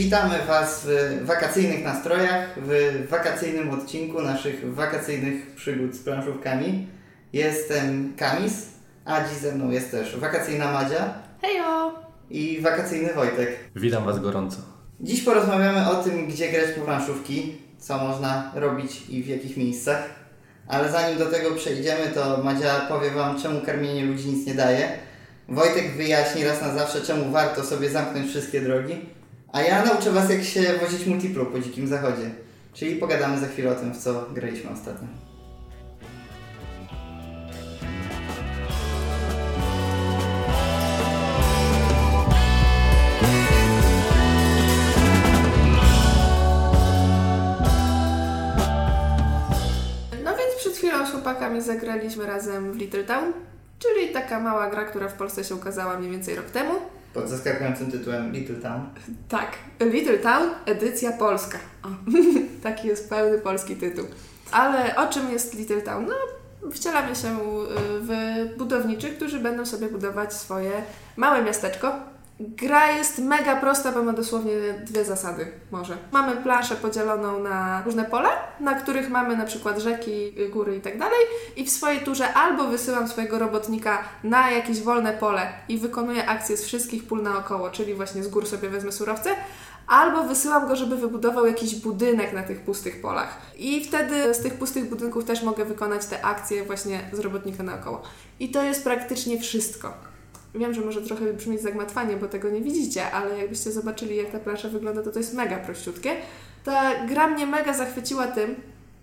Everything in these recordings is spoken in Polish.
Witamy Was w wakacyjnych nastrojach, w wakacyjnym odcinku naszych wakacyjnych przygód z planszówkami. Jestem Kamis, a dziś ze mną jest też wakacyjna Madzia. Hejo! I wakacyjny Wojtek. Witam Was gorąco. Dziś porozmawiamy o tym, gdzie grać po planszówki, co można robić i w jakich miejscach. Ale zanim do tego przejdziemy, to Madzia powie Wam, czemu karmienie ludzi nic nie daje. Wojtek wyjaśni raz na zawsze, czemu warto sobie zamknąć wszystkie drogi. A ja nauczę Was, jak się wozić multiplu po dzikim zachodzie. Czyli pogadamy za chwilę o tym, w co graliśmy ostatnio. No więc przed chwilą z chłopakami zagraliśmy razem w Little Town, czyli taka mała gra, która w Polsce się ukazała mniej więcej rok temu. Pod zaskakującym tytułem Little Town. Tak, Little Town, edycja polska. O, taki jest pełny polski tytuł. Ale o czym jest Little Town? No, wcielamy się w budowniczych, którzy będą sobie budować swoje małe miasteczko. Gra jest mega prosta, bo ma dosłownie dwie zasady może. Mamy planszę podzieloną na różne pola, na których mamy na przykład rzeki, góry i tak dalej. I w swojej turze albo wysyłam swojego robotnika na jakieś wolne pole i wykonuję akcję z wszystkich pól naokoło, czyli właśnie z gór sobie wezmę surowce, albo wysyłam go, żeby wybudował jakiś budynek na tych pustych polach. I wtedy z tych pustych budynków też mogę wykonać te akcje właśnie z robotnika naokoło. I to jest praktycznie wszystko. Wiem, że może trochę brzmieć zagmatwanie, bo tego nie widzicie, ale jakbyście zobaczyli, jak ta plansza wygląda, to jest mega prościutkie. Ta gra mnie mega zachwyciła tym,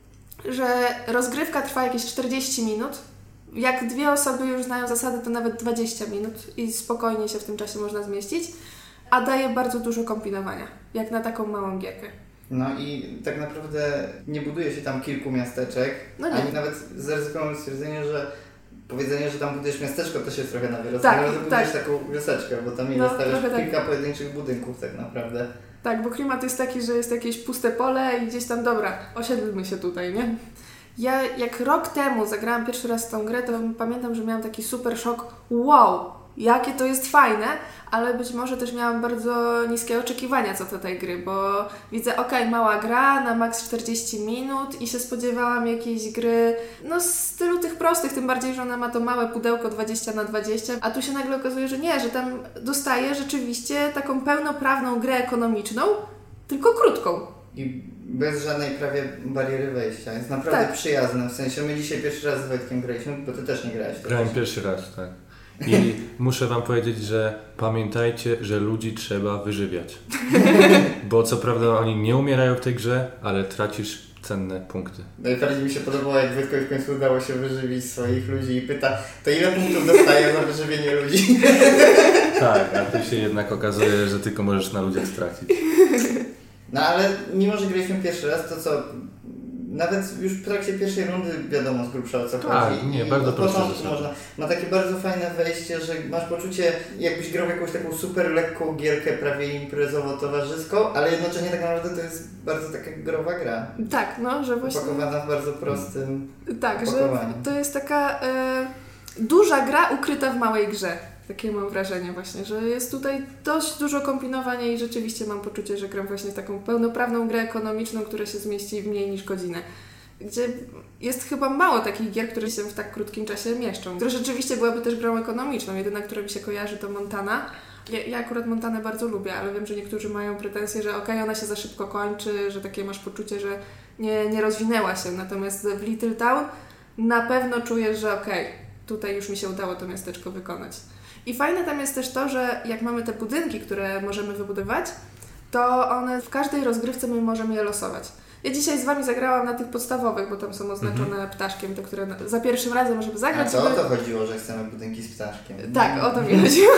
że rozgrywka trwa jakieś 40 minut. Jak dwie osoby już znają zasady, to nawet 20 minut i spokojnie się w tym czasie można zmieścić, a daje bardzo dużo kombinowania, jak na taką małą gierkę. No i tak naprawdę nie buduje się tam kilku miasteczek, No nie. ani nawet zaryzykowałem stwierdzenie, że powiedzenie, że tam budujesz miasteczko, to się jest trochę na wyrost. Tak, ale budujesz tak. taką wioseczkę, bo tam No, stawiasz trochę kilka pojedynczych budynków tak naprawdę. Tak, bo klimat jest taki, że jest jakieś puste pole i gdzieś tam, dobra, osiedlmy się tutaj, nie? Ja jak rok temu zagrałam pierwszy raz w tą grę, to pamiętam, że miałam taki super szok. Wow, jakie to jest fajne, ale być może też miałam bardzo niskie oczekiwania co do tej gry, bo widzę, mała gra na maks 40 minut i się spodziewałam jakiejś gry, no z stylu tych prostych, tym bardziej, że ona ma to małe pudełko 20x20, a tu się nagle okazuje, że nie, że tam dostaję rzeczywiście taką pełnoprawną grę ekonomiczną, tylko krótką. I bez żadnej prawie bariery wejścia. Jest naprawdę przyjazne. W sensie my dzisiaj pierwszy raz z Wojtkiem graliśmy, bo Ty też nie grałeś. Grałem pierwszy raz, tak. I muszę Wam powiedzieć, że pamiętajcie, że ludzi trzeba wyżywiać. Bo co prawda oni nie umierają w tej grze, ale tracisz cenne punkty. Najbardziej mi się podobało, jak Wojtkowi w końcu udało się wyżywić swoich ludzi i pyta, to ile punktów dostaję za wyżywienie ludzi? Tak, a tu się jednak okazuje, że tylko możesz na ludziach stracić. No ale mimo, że graliśmy pierwszy raz, to co? Nawet już w trakcie pierwszej rundy wiadomo z grubsza o co chodzi. Nie, bardzo proste można. Ma takie bardzo fajne wejście, że masz poczucie, jakbyś grał jakąś taką super lekką gierkę, prawie imprezowo-towarzyską, ale jednocześnie tak naprawdę to jest bardzo taka growa gra. Tak, no, że właśnie... Opakowana w bardzo prostym opakowaniu. Że to jest taka duża gra ukryta w małej grze. Takie mam wrażenie właśnie, że jest tutaj dość dużo kombinowania i rzeczywiście mam poczucie, że gram właśnie taką pełnoprawną grę ekonomiczną, która się zmieści w mniej niż godzinę. Gdzie jest chyba mało takich gier, które się w tak krótkim czasie mieszczą. Która rzeczywiście byłaby też grą ekonomiczną. Jedyna, która mi się kojarzy, to Montana. Ja akurat Montanę bardzo lubię, ale wiem, że niektórzy mają pretensje, że ona się za szybko kończy, że takie masz poczucie, że nie rozwinęła się. Natomiast w Little Town na pewno czujesz, że tutaj już mi się udało to miasteczko wykonać. I fajne tam jest też to, że jak mamy te budynki, które możemy wybudować, to one w każdej rozgrywce my możemy je losować. Ja dzisiaj z Wami zagrałam na tych podstawowych, bo tam są oznaczone ptaszkiem, te, które za pierwszym razem możemy zagrać. A to o to chodziło, że chcemy budynki z ptaszkiem. Tak, o to mi chodziło,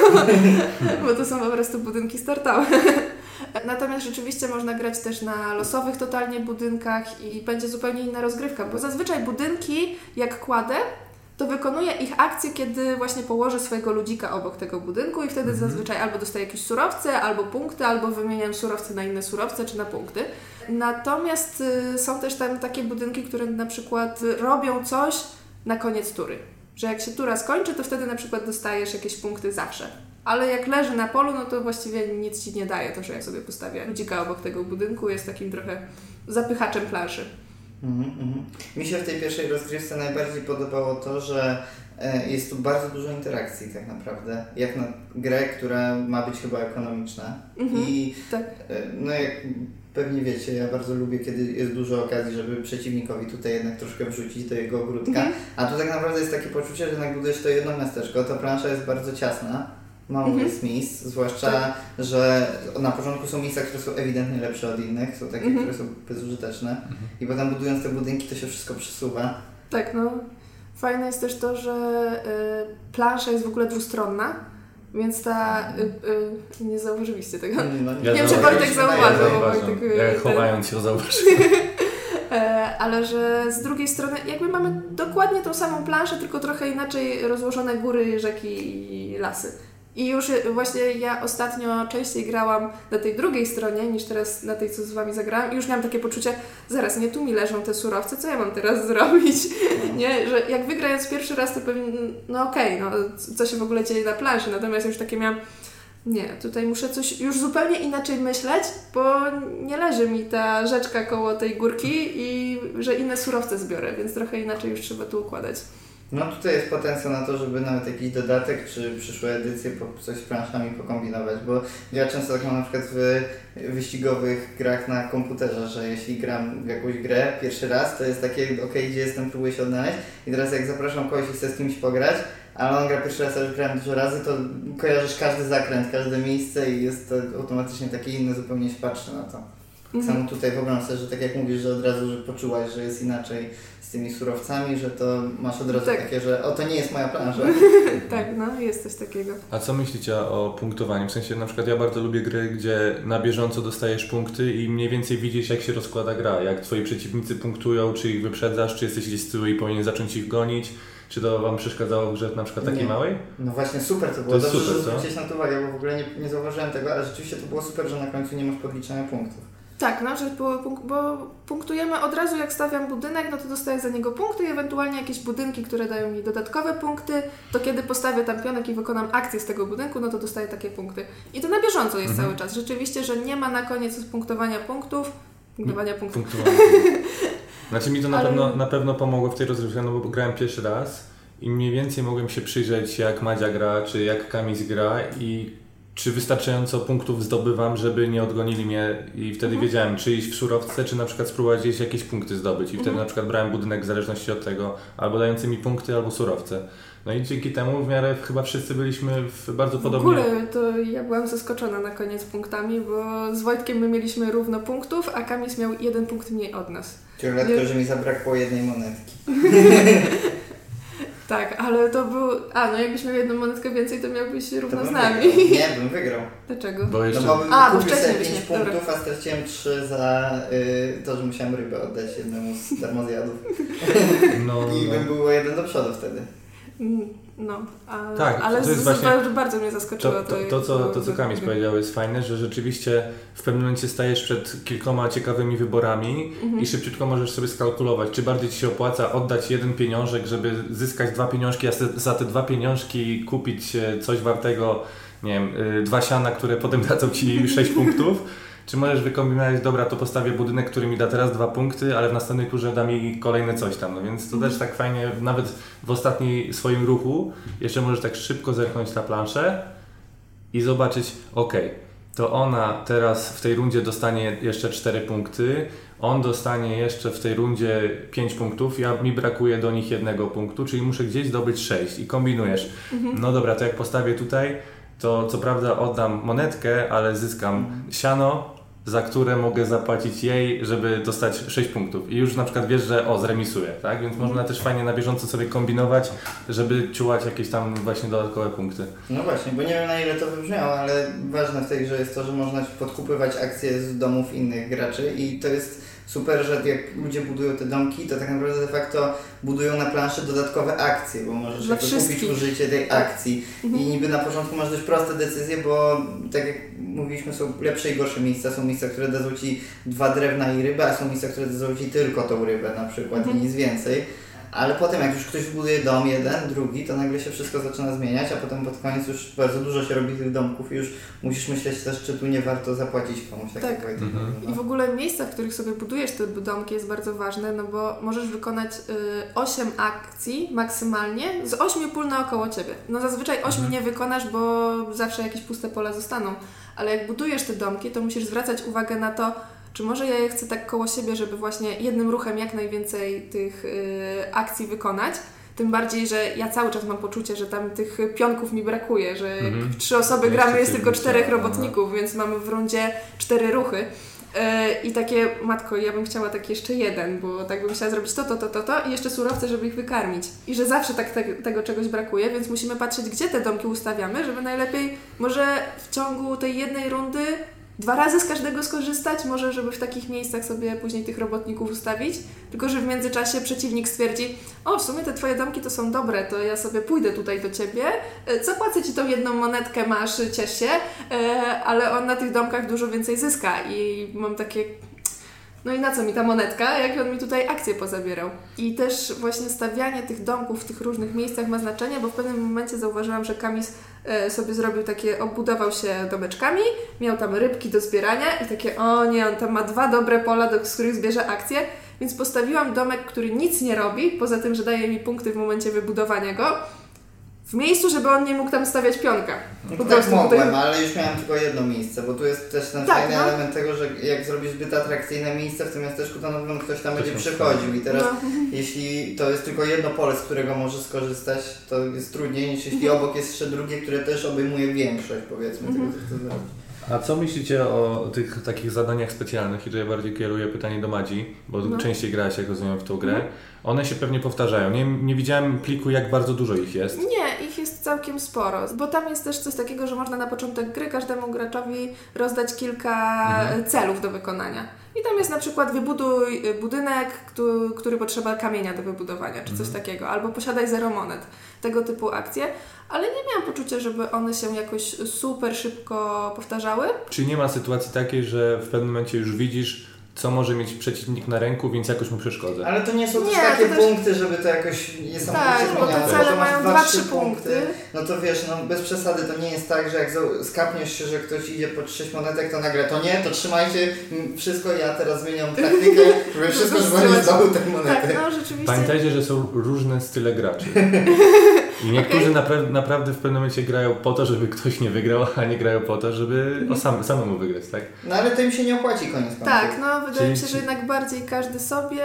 bo to są po prostu budynki startowe. Natomiast rzeczywiście można grać też na losowych totalnie budynkach i będzie zupełnie inna rozgrywka, bo zazwyczaj budynki, jak kładę, to wykonuje ich akcję, kiedy właśnie położy swojego ludzika obok tego budynku i wtedy zazwyczaj albo dostaje jakieś surowce, albo punkty, albo wymieniam surowce na inne surowce, czy na punkty. Natomiast są też tam takie budynki, które na przykład robią coś na koniec tury. Że jak się tura skończy, to wtedy na przykład dostajesz jakieś punkty zawsze. Ale jak leży na polu, no to właściwie nic ci nie daje to, że jak sobie postawię ludzika obok tego budynku, jest takim trochę zapychaczem planszy. Mi się w tej pierwszej rozgrywce najbardziej podobało to, że jest tu bardzo dużo interakcji tak naprawdę, jak na grę, która ma być chyba ekonomiczna. I tak. No jak pewnie wiecie, ja bardzo lubię, kiedy jest dużo okazji, żeby przeciwnikowi tutaj jednak troszkę wrzucić do jego ogródka, a tu tak naprawdę jest takie poczucie, że jednak budujesz to jedno miasteczko, ta plansza jest bardzo ciasna, mało jest miejsc, zwłaszcza, że na początku są miejsca, które są ewidentnie lepsze od innych, są takie, które są bezużyteczne i potem budując te budynki to się wszystko przesuwa. Tak, no. Fajne jest też to, że plansza jest w ogóle dwustronna, więc ta... nie zauważyliście tego. Nie wiem, czy Wojtek zauważył. Chowając ją zauważył. Ale że z drugiej strony jakby mamy dokładnie tą samą planszę, tylko trochę inaczej rozłożone góry, rzeki i lasy. I już właśnie ja ostatnio częściej grałam na tej drugiej stronie niż teraz na tej, co z Wami zagrałam i już miałam takie poczucie, zaraz, nie, tu mi leżą te surowce, co ja mam teraz zrobić? Nie, że jak wygrając pierwszy raz, to pewnie, no okej, no co się w ogóle dzieje na planszy, natomiast już takie miałam, nie, tutaj muszę coś już zupełnie inaczej myśleć, bo nie leży mi ta rzeczka koło tej górki i że inne surowce zbiorę, więc trochę inaczej już trzeba tu układać. No tutaj jest potencjał na to, żeby nawet jakiś dodatek czy przyszłe edycje coś z planszami pokombinować, bo ja często tak mam na przykład w wyścigowych grach na komputerze, że jeśli gram w jakąś grę pierwszy raz, to jest takie okej, gdzie jestem, próbuję się odnaleźć i teraz jak zapraszam kogoś i chcę z kimś pograć, ale on gra pierwszy raz, a już grałem dużo razy, to kojarzysz każdy zakręt, każde miejsce i jest to automatycznie takie inne, zupełnie się patrzy na to. Samo tutaj wyobrażam sobie, że tak jak mówisz, że od razu że poczułaś, że jest inaczej z tymi surowcami, że to masz od razu takie, że to nie jest moja plansza. Tak, no jest coś takiego. A co myślicie o punktowaniu? W sensie na przykład ja bardzo lubię gry, gdzie na bieżąco dostajesz punkty i mniej więcej widzisz, jak się rozkłada gra, jak twoi przeciwnicy punktują, czy ich wyprzedzasz, czy jesteś gdzieś z tyłu i powinien zacząć ich gonić. Czy to Wam przeszkadzało w grze na przykład takiej małej? No właśnie super to było. Dobrze, że zwróciłeś na to uwagę, bo w ogóle nie zauważyłem tego, ale rzeczywiście to było super, że na końcu nie masz podliczania punktów. Tak, no, że bo punktujemy od razu, jak stawiam budynek, no to dostaję za niego punkty i ewentualnie jakieś budynki, które dają mi dodatkowe punkty, to kiedy postawię tam pionek i wykonam akcję z tego budynku, no to dostaję takie punkty. I to na bieżąco jest cały czas. Rzeczywiście, że nie ma na koniec punktowania punktów. Znaczy mi to na pewno pomogło w tej rozgrywce, no bo grałem pierwszy raz i mniej więcej mogłem się przyjrzeć, jak Madzia gra, czy jak Kamis gra i czy wystarczająco punktów zdobywam, żeby nie odgonili mnie i wtedy wiedziałem, czy iść w surowce, czy na przykład spróbować gdzieś jakieś punkty zdobyć i wtedy na przykład brałem budynek w zależności od tego, albo dający mi punkty, albo surowce. No i dzięki temu w miarę chyba wszyscy byliśmy bardzo podobnie. W ogóle to ja byłam zaskoczona na koniec punktami, bo z Wojtkiem my mieliśmy równo punktów, a Kamis miał 1 punkt mniej od nas. Czyli dlatego, że mi zabrakło jednej monetki. Tak, ale to był... no jakbyś miał 1 monetkę więcej, to miałbyś równo z nami. Nie, bym wygrał. Dlaczego? Bo jeszcze... No bo kupił sobie 5 punktów, a straciłem 3 za to, że musiałem rybę oddać jednemu z darmozjadów. I bym był o 1 do przodu wtedy. No, tak, ale to jest właśnie, bardzo mnie zaskoczyło. To co Kamis powiedział, jest fajne, że rzeczywiście w pewnym momencie stajesz przed kilkoma ciekawymi wyborami i szybciutko możesz sobie skalkulować, czy bardziej Ci się opłaca oddać 1 pieniążek, żeby zyskać 2 pieniążki, a za te 2 pieniążki kupić coś wartego, nie wiem, 2 siana, które potem dadzą Ci 6 punktów. Czy możesz wykombinować, dobra, to postawię budynek, który mi da teraz 2 punkty, ale w następnej turze da mi kolejne coś tam. No więc to też tak fajnie, nawet w ostatnim swoim ruchu, jeszcze możesz tak szybko zerknąć na planszę i zobaczyć, to ona teraz w tej rundzie dostanie jeszcze 4 punkty, on dostanie jeszcze w tej rundzie 5 punktów, mi brakuje do nich 1 punktu, czyli muszę gdzieś zdobyć 6 i kombinujesz. No dobra, to jak postawię tutaj, to co prawda oddam monetkę, ale zyskam siano, za które mogę zapłacić jej, żeby dostać 6 punktów. I już na przykład wiesz, że zremisuję, tak? Więc można też fajnie na bieżąco sobie kombinować, żeby ciułać jakieś tam właśnie dodatkowe punkty. No właśnie, bo nie wiem na ile to wybrzmiało, ale ważne w tej grze jest to, że można podkupywać akcje z domów innych graczy i to jest super, że jak ludzie budują te domki, to tak naprawdę de facto budują na planszy dodatkowe akcje, bo możesz kupić użycie tej akcji. I niby na początku masz dość proste decyzje, bo tak jak mówiliśmy, są lepsze i gorsze miejsca. Są miejsca, które dadzą Ci 2 drewna i rybę, a są miejsca, które dadzą Ci tylko tą rybę na przykład i nic więcej. ale potem jak już ktoś buduje dom jeden, drugi, to nagle się wszystko zaczyna zmieniać, a potem pod koniec już bardzo dużo się robi tych domków i już musisz myśleć też, czy tu nie warto zapłacić komuś, tak jak Wojtek mówił, no. I w ogóle miejsca, w których sobie budujesz te domki jest bardzo ważne, no bo możesz wykonać 8 akcji maksymalnie z 8 pól naokoło Ciebie. No zazwyczaj 8 nie wykonasz, bo zawsze jakieś puste pola zostaną, ale jak budujesz te domki, to musisz zwracać uwagę na to, czy może ja je chcę tak koło siebie, żeby właśnie jednym ruchem jak najwięcej tych akcji wykonać. Tym bardziej, że ja cały czas mam poczucie, że tam tych pionków mi brakuje, że jak 3 osoby gramy, jest tylko 4 robotników, więc mamy w rundzie 4 ruchy. I takie, matko, ja bym chciała tak jeszcze jeden, bo tak bym chciała zrobić to i jeszcze surowce, żeby ich wykarmić. I że zawsze tego czegoś brakuje, więc musimy patrzeć, gdzie te domki ustawiamy, żeby najlepiej może w ciągu tej jednej rundy 2 razy z każdego skorzystać, może żeby w takich miejscach sobie później tych robotników ustawić, tylko że w międzyczasie przeciwnik stwierdzi, w sumie te Twoje domki to są dobre, to ja sobie pójdę tutaj do Ciebie, zapłacę Ci tą jedną monetkę, masz, ciesz się, ale on na tych domkach dużo więcej zyska i mam takie... No i na co mi ta monetka, jak on mi tutaj akcję pozabierał. I też właśnie stawianie tych domków w tych różnych miejscach ma znaczenie, bo w pewnym momencie zauważyłam, że Kamis sobie zrobił takie, obudował się domeczkami, miał tam rybki do zbierania i takie, o nie, on tam ma 2 dobre pola, z których zbierze akcje, więc postawiłam domek, który nic nie robi, poza tym, że daje mi punkty w momencie wybudowania go, w miejscu, żeby on nie mógł tam stawiać pionka. Po tak mogłem, ale już miałem tylko jedno miejsce, bo tu jest też ten fajny element tego, że jak zrobisz zbyt atrakcyjne miejsce w tym miasteczku, to na pewno ktoś tam będzie przychodził i teraz jeśli to jest tylko jedno pole, z którego możesz skorzystać, to jest trudniej niż jeśli obok jest jeszcze drugie, które też obejmuje większość, powiedzmy, tego, co chcesz zrobić. A co myślicie o tych takich zadaniach specjalnych? I tutaj bardziej kieruję pytanie do Madzi, bo częściej grałaś, jak rozumiem, w tą grę. One się pewnie powtarzają. Nie widziałem pliku, jak bardzo dużo ich jest. Nie, ich jest całkiem sporo, bo tam jest też coś takiego, że można na początek gry każdemu graczowi rozdać kilka celów do wykonania. I tam jest na przykład wybuduj budynek, który potrzeba kamienia do wybudowania, czy coś takiego, albo posiadaj 0 monet. Tego typu akcje, ale nie miałam poczucia, żeby one się jakoś super szybko powtarzały. Czy nie ma sytuacji takiej, że w pewnym momencie już widzisz, co może mieć przeciwnik na ręku, więc jakoś mu przeszkodzę? Ale to nie są też takie punkty, żeby to jakoś niesamowicie zmieniało. Tak, bo te cele mają 2-3 punkty. No to wiesz, bez przesady to nie jest tak, że jak skapniesz się, że ktoś idzie po 6 monetek, to nagle to nie, to trzymajcie wszystko, ja teraz zmieniam taktykę, żeby wszystko zwolnić znowu te monety. Tak, no rzeczywiście. Pamiętajcie, że są różne style graczy. I niektórzy naprawdę w pewnym momencie grają po to, żeby ktoś nie wygrał, a nie grają po to, żeby samemu wygrać, tak? No ale to im się nie opłaci koniec końców. Tak, wydaje mi się, że jednak bardziej każdy sobie.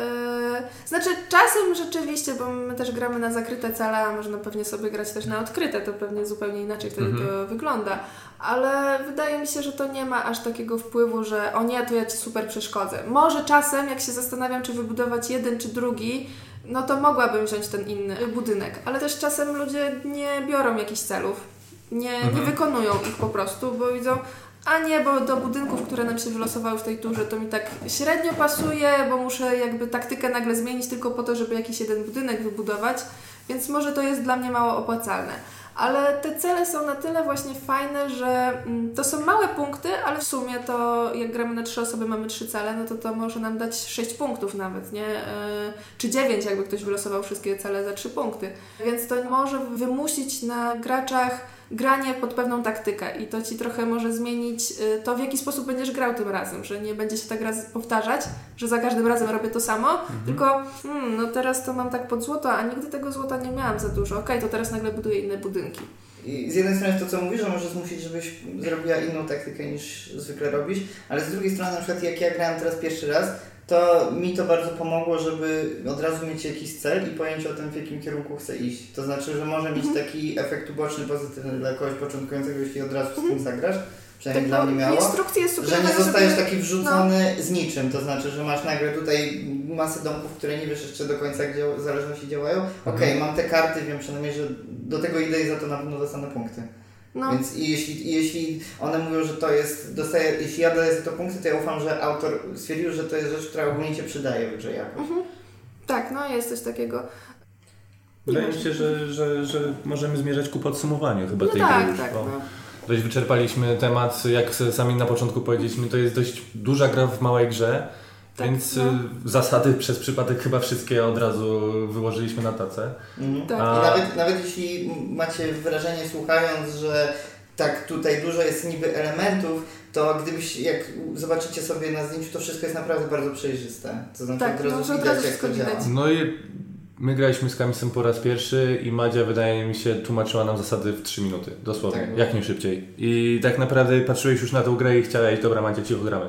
Znaczy czasem rzeczywiście, bo my też gramy na zakryte cele, a można pewnie sobie grać też na odkryte, to pewnie zupełnie inaczej wtedy to wygląda. Ale wydaje mi się, że to nie ma aż takiego wpływu, że o nie, to ja Ci super przeszkodzę. Może czasem, jak się zastanawiam, czy wybudować jeden czy drugi, no to mogłabym wziąć ten inny budynek. Ale też czasem ludzie nie biorą jakichś celów, nie wykonują ich po prostu, bo widzą, a nie, bo do budynków, które nam się wylosowały w tej turze, to mi tak średnio pasuje, bo muszę jakby taktykę nagle zmienić tylko po to, żeby jakiś jeden budynek wybudować, więc może to jest dla mnie mało opłacalne. Ale te cele są na tyle właśnie fajne, że to są małe punkty, ale w sumie to jak gramy na 3 osoby, mamy 3 cele, no to może nam dać 6 punktów nawet, nie? Czy 9, jakby ktoś wylosował wszystkie cele za 3 punkty. Więc to może wymusić na graczach granie pod pewną taktykę i to Ci trochę może zmienić to, w jaki sposób będziesz grał tym razem, że nie będzie się tak raz powtarzać, że za każdym razem robię to samo, tylko no teraz to mam tak pod złoto, a nigdy tego złota nie miałam za dużo. Okej, to teraz nagle buduję inne budynki. I z jednej strony to, co mówisz, że może zmusić, żebyś zrobiła inną taktykę niż zwykle robisz, ale z drugiej strony, na przykład jak ja grałem teraz pierwszy raz, to mi to bardzo pomogło, żeby od razu mieć jakiś cel i pojęcie o tym, w jakim kierunku chcę iść. To znaczy, że może mieć taki efekt uboczny, pozytywny dla kogoś początkującego, jeśli od razu z tym zagrasz. Przynajmniej dla mnie miało, że nie zostajesz taki wrzucony z niczym, to znaczy, że masz nagle tutaj masę domków, które nie wiesz jeszcze do końca, gdzie zależności działają. Okej, mam te karty, wiem przynajmniej, że do tego idę i za to na pewno dostanę punkty. No. Więc jeśli one mówią, że to jest, jeśli ja daję za to punkty, to ja ufam, że autor stwierdził, że to jest rzecz, która ogólnie się przydaje w grze jakoś. Tak, jest coś takiego. Wydaje mi się, że możemy zmierzać ku podsumowaniu chyba tej gry. Tak. Dość wyczerpaliśmy temat, jak sami na początku powiedzieliśmy, to jest dość duża gra w małej grze Tak, Więc no. zasady przez przypadek chyba wszystkie od razu wyłożyliśmy na tacę. Tak. I nawet jeśli macie wrażenie słuchając, że tak tutaj dużo jest niby elementów, to jak zobaczycie sobie na zdjęciu, to wszystko jest naprawdę bardzo przejrzyste. To znaczy Tak, od razu że od widać, razu jak to wszystko działa. widać. No i my graliśmy z Kamisem po raz pierwszy i Madzia, wydaje mi się, tłumaczyła nam zasady w 3 minuty. Dosłownie, Tak. jak nie szybciej. I tak naprawdę patrzyłeś już na tą grę i chciałeś, dobra Madzia, cicho gramy.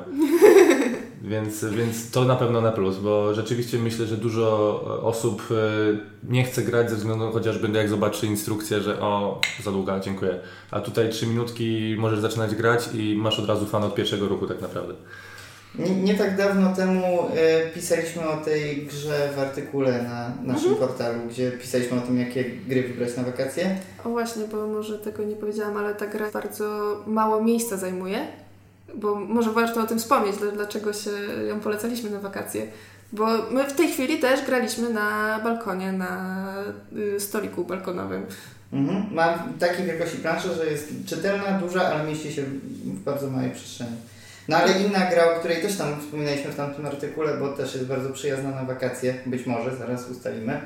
Więc to na pewno na plus, bo rzeczywiście myślę, że dużo osób nie chce grać ze względu chociażby jak zobaczy instrukcję, że za długa, dziękuję. A tutaj 3 minutki możesz zaczynać grać i masz od razu fan od pierwszego ruchu tak naprawdę. Nie tak dawno temu pisaliśmy o tej grze w artykule na naszym portalu, gdzie pisaliśmy o tym, jakie gry wybrać na wakacje. O właśnie, bo może tego nie powiedziałam, ale ta gra bardzo mało miejsca zajmuje. Bo może warto o tym wspomnieć, dlaczego się ją polecaliśmy na wakacje. Bo my w tej chwili też graliśmy na balkonie, na stoliku balkonowym. Mam takiej wielkości planszę, że jest czytelna, duża, ale mieści się w bardzo małej przestrzeni. No ale inna gra, o której też tam wspominaliśmy w tamtym artykule, bo też jest bardzo przyjazna na wakacje, być może, zaraz ustalimy,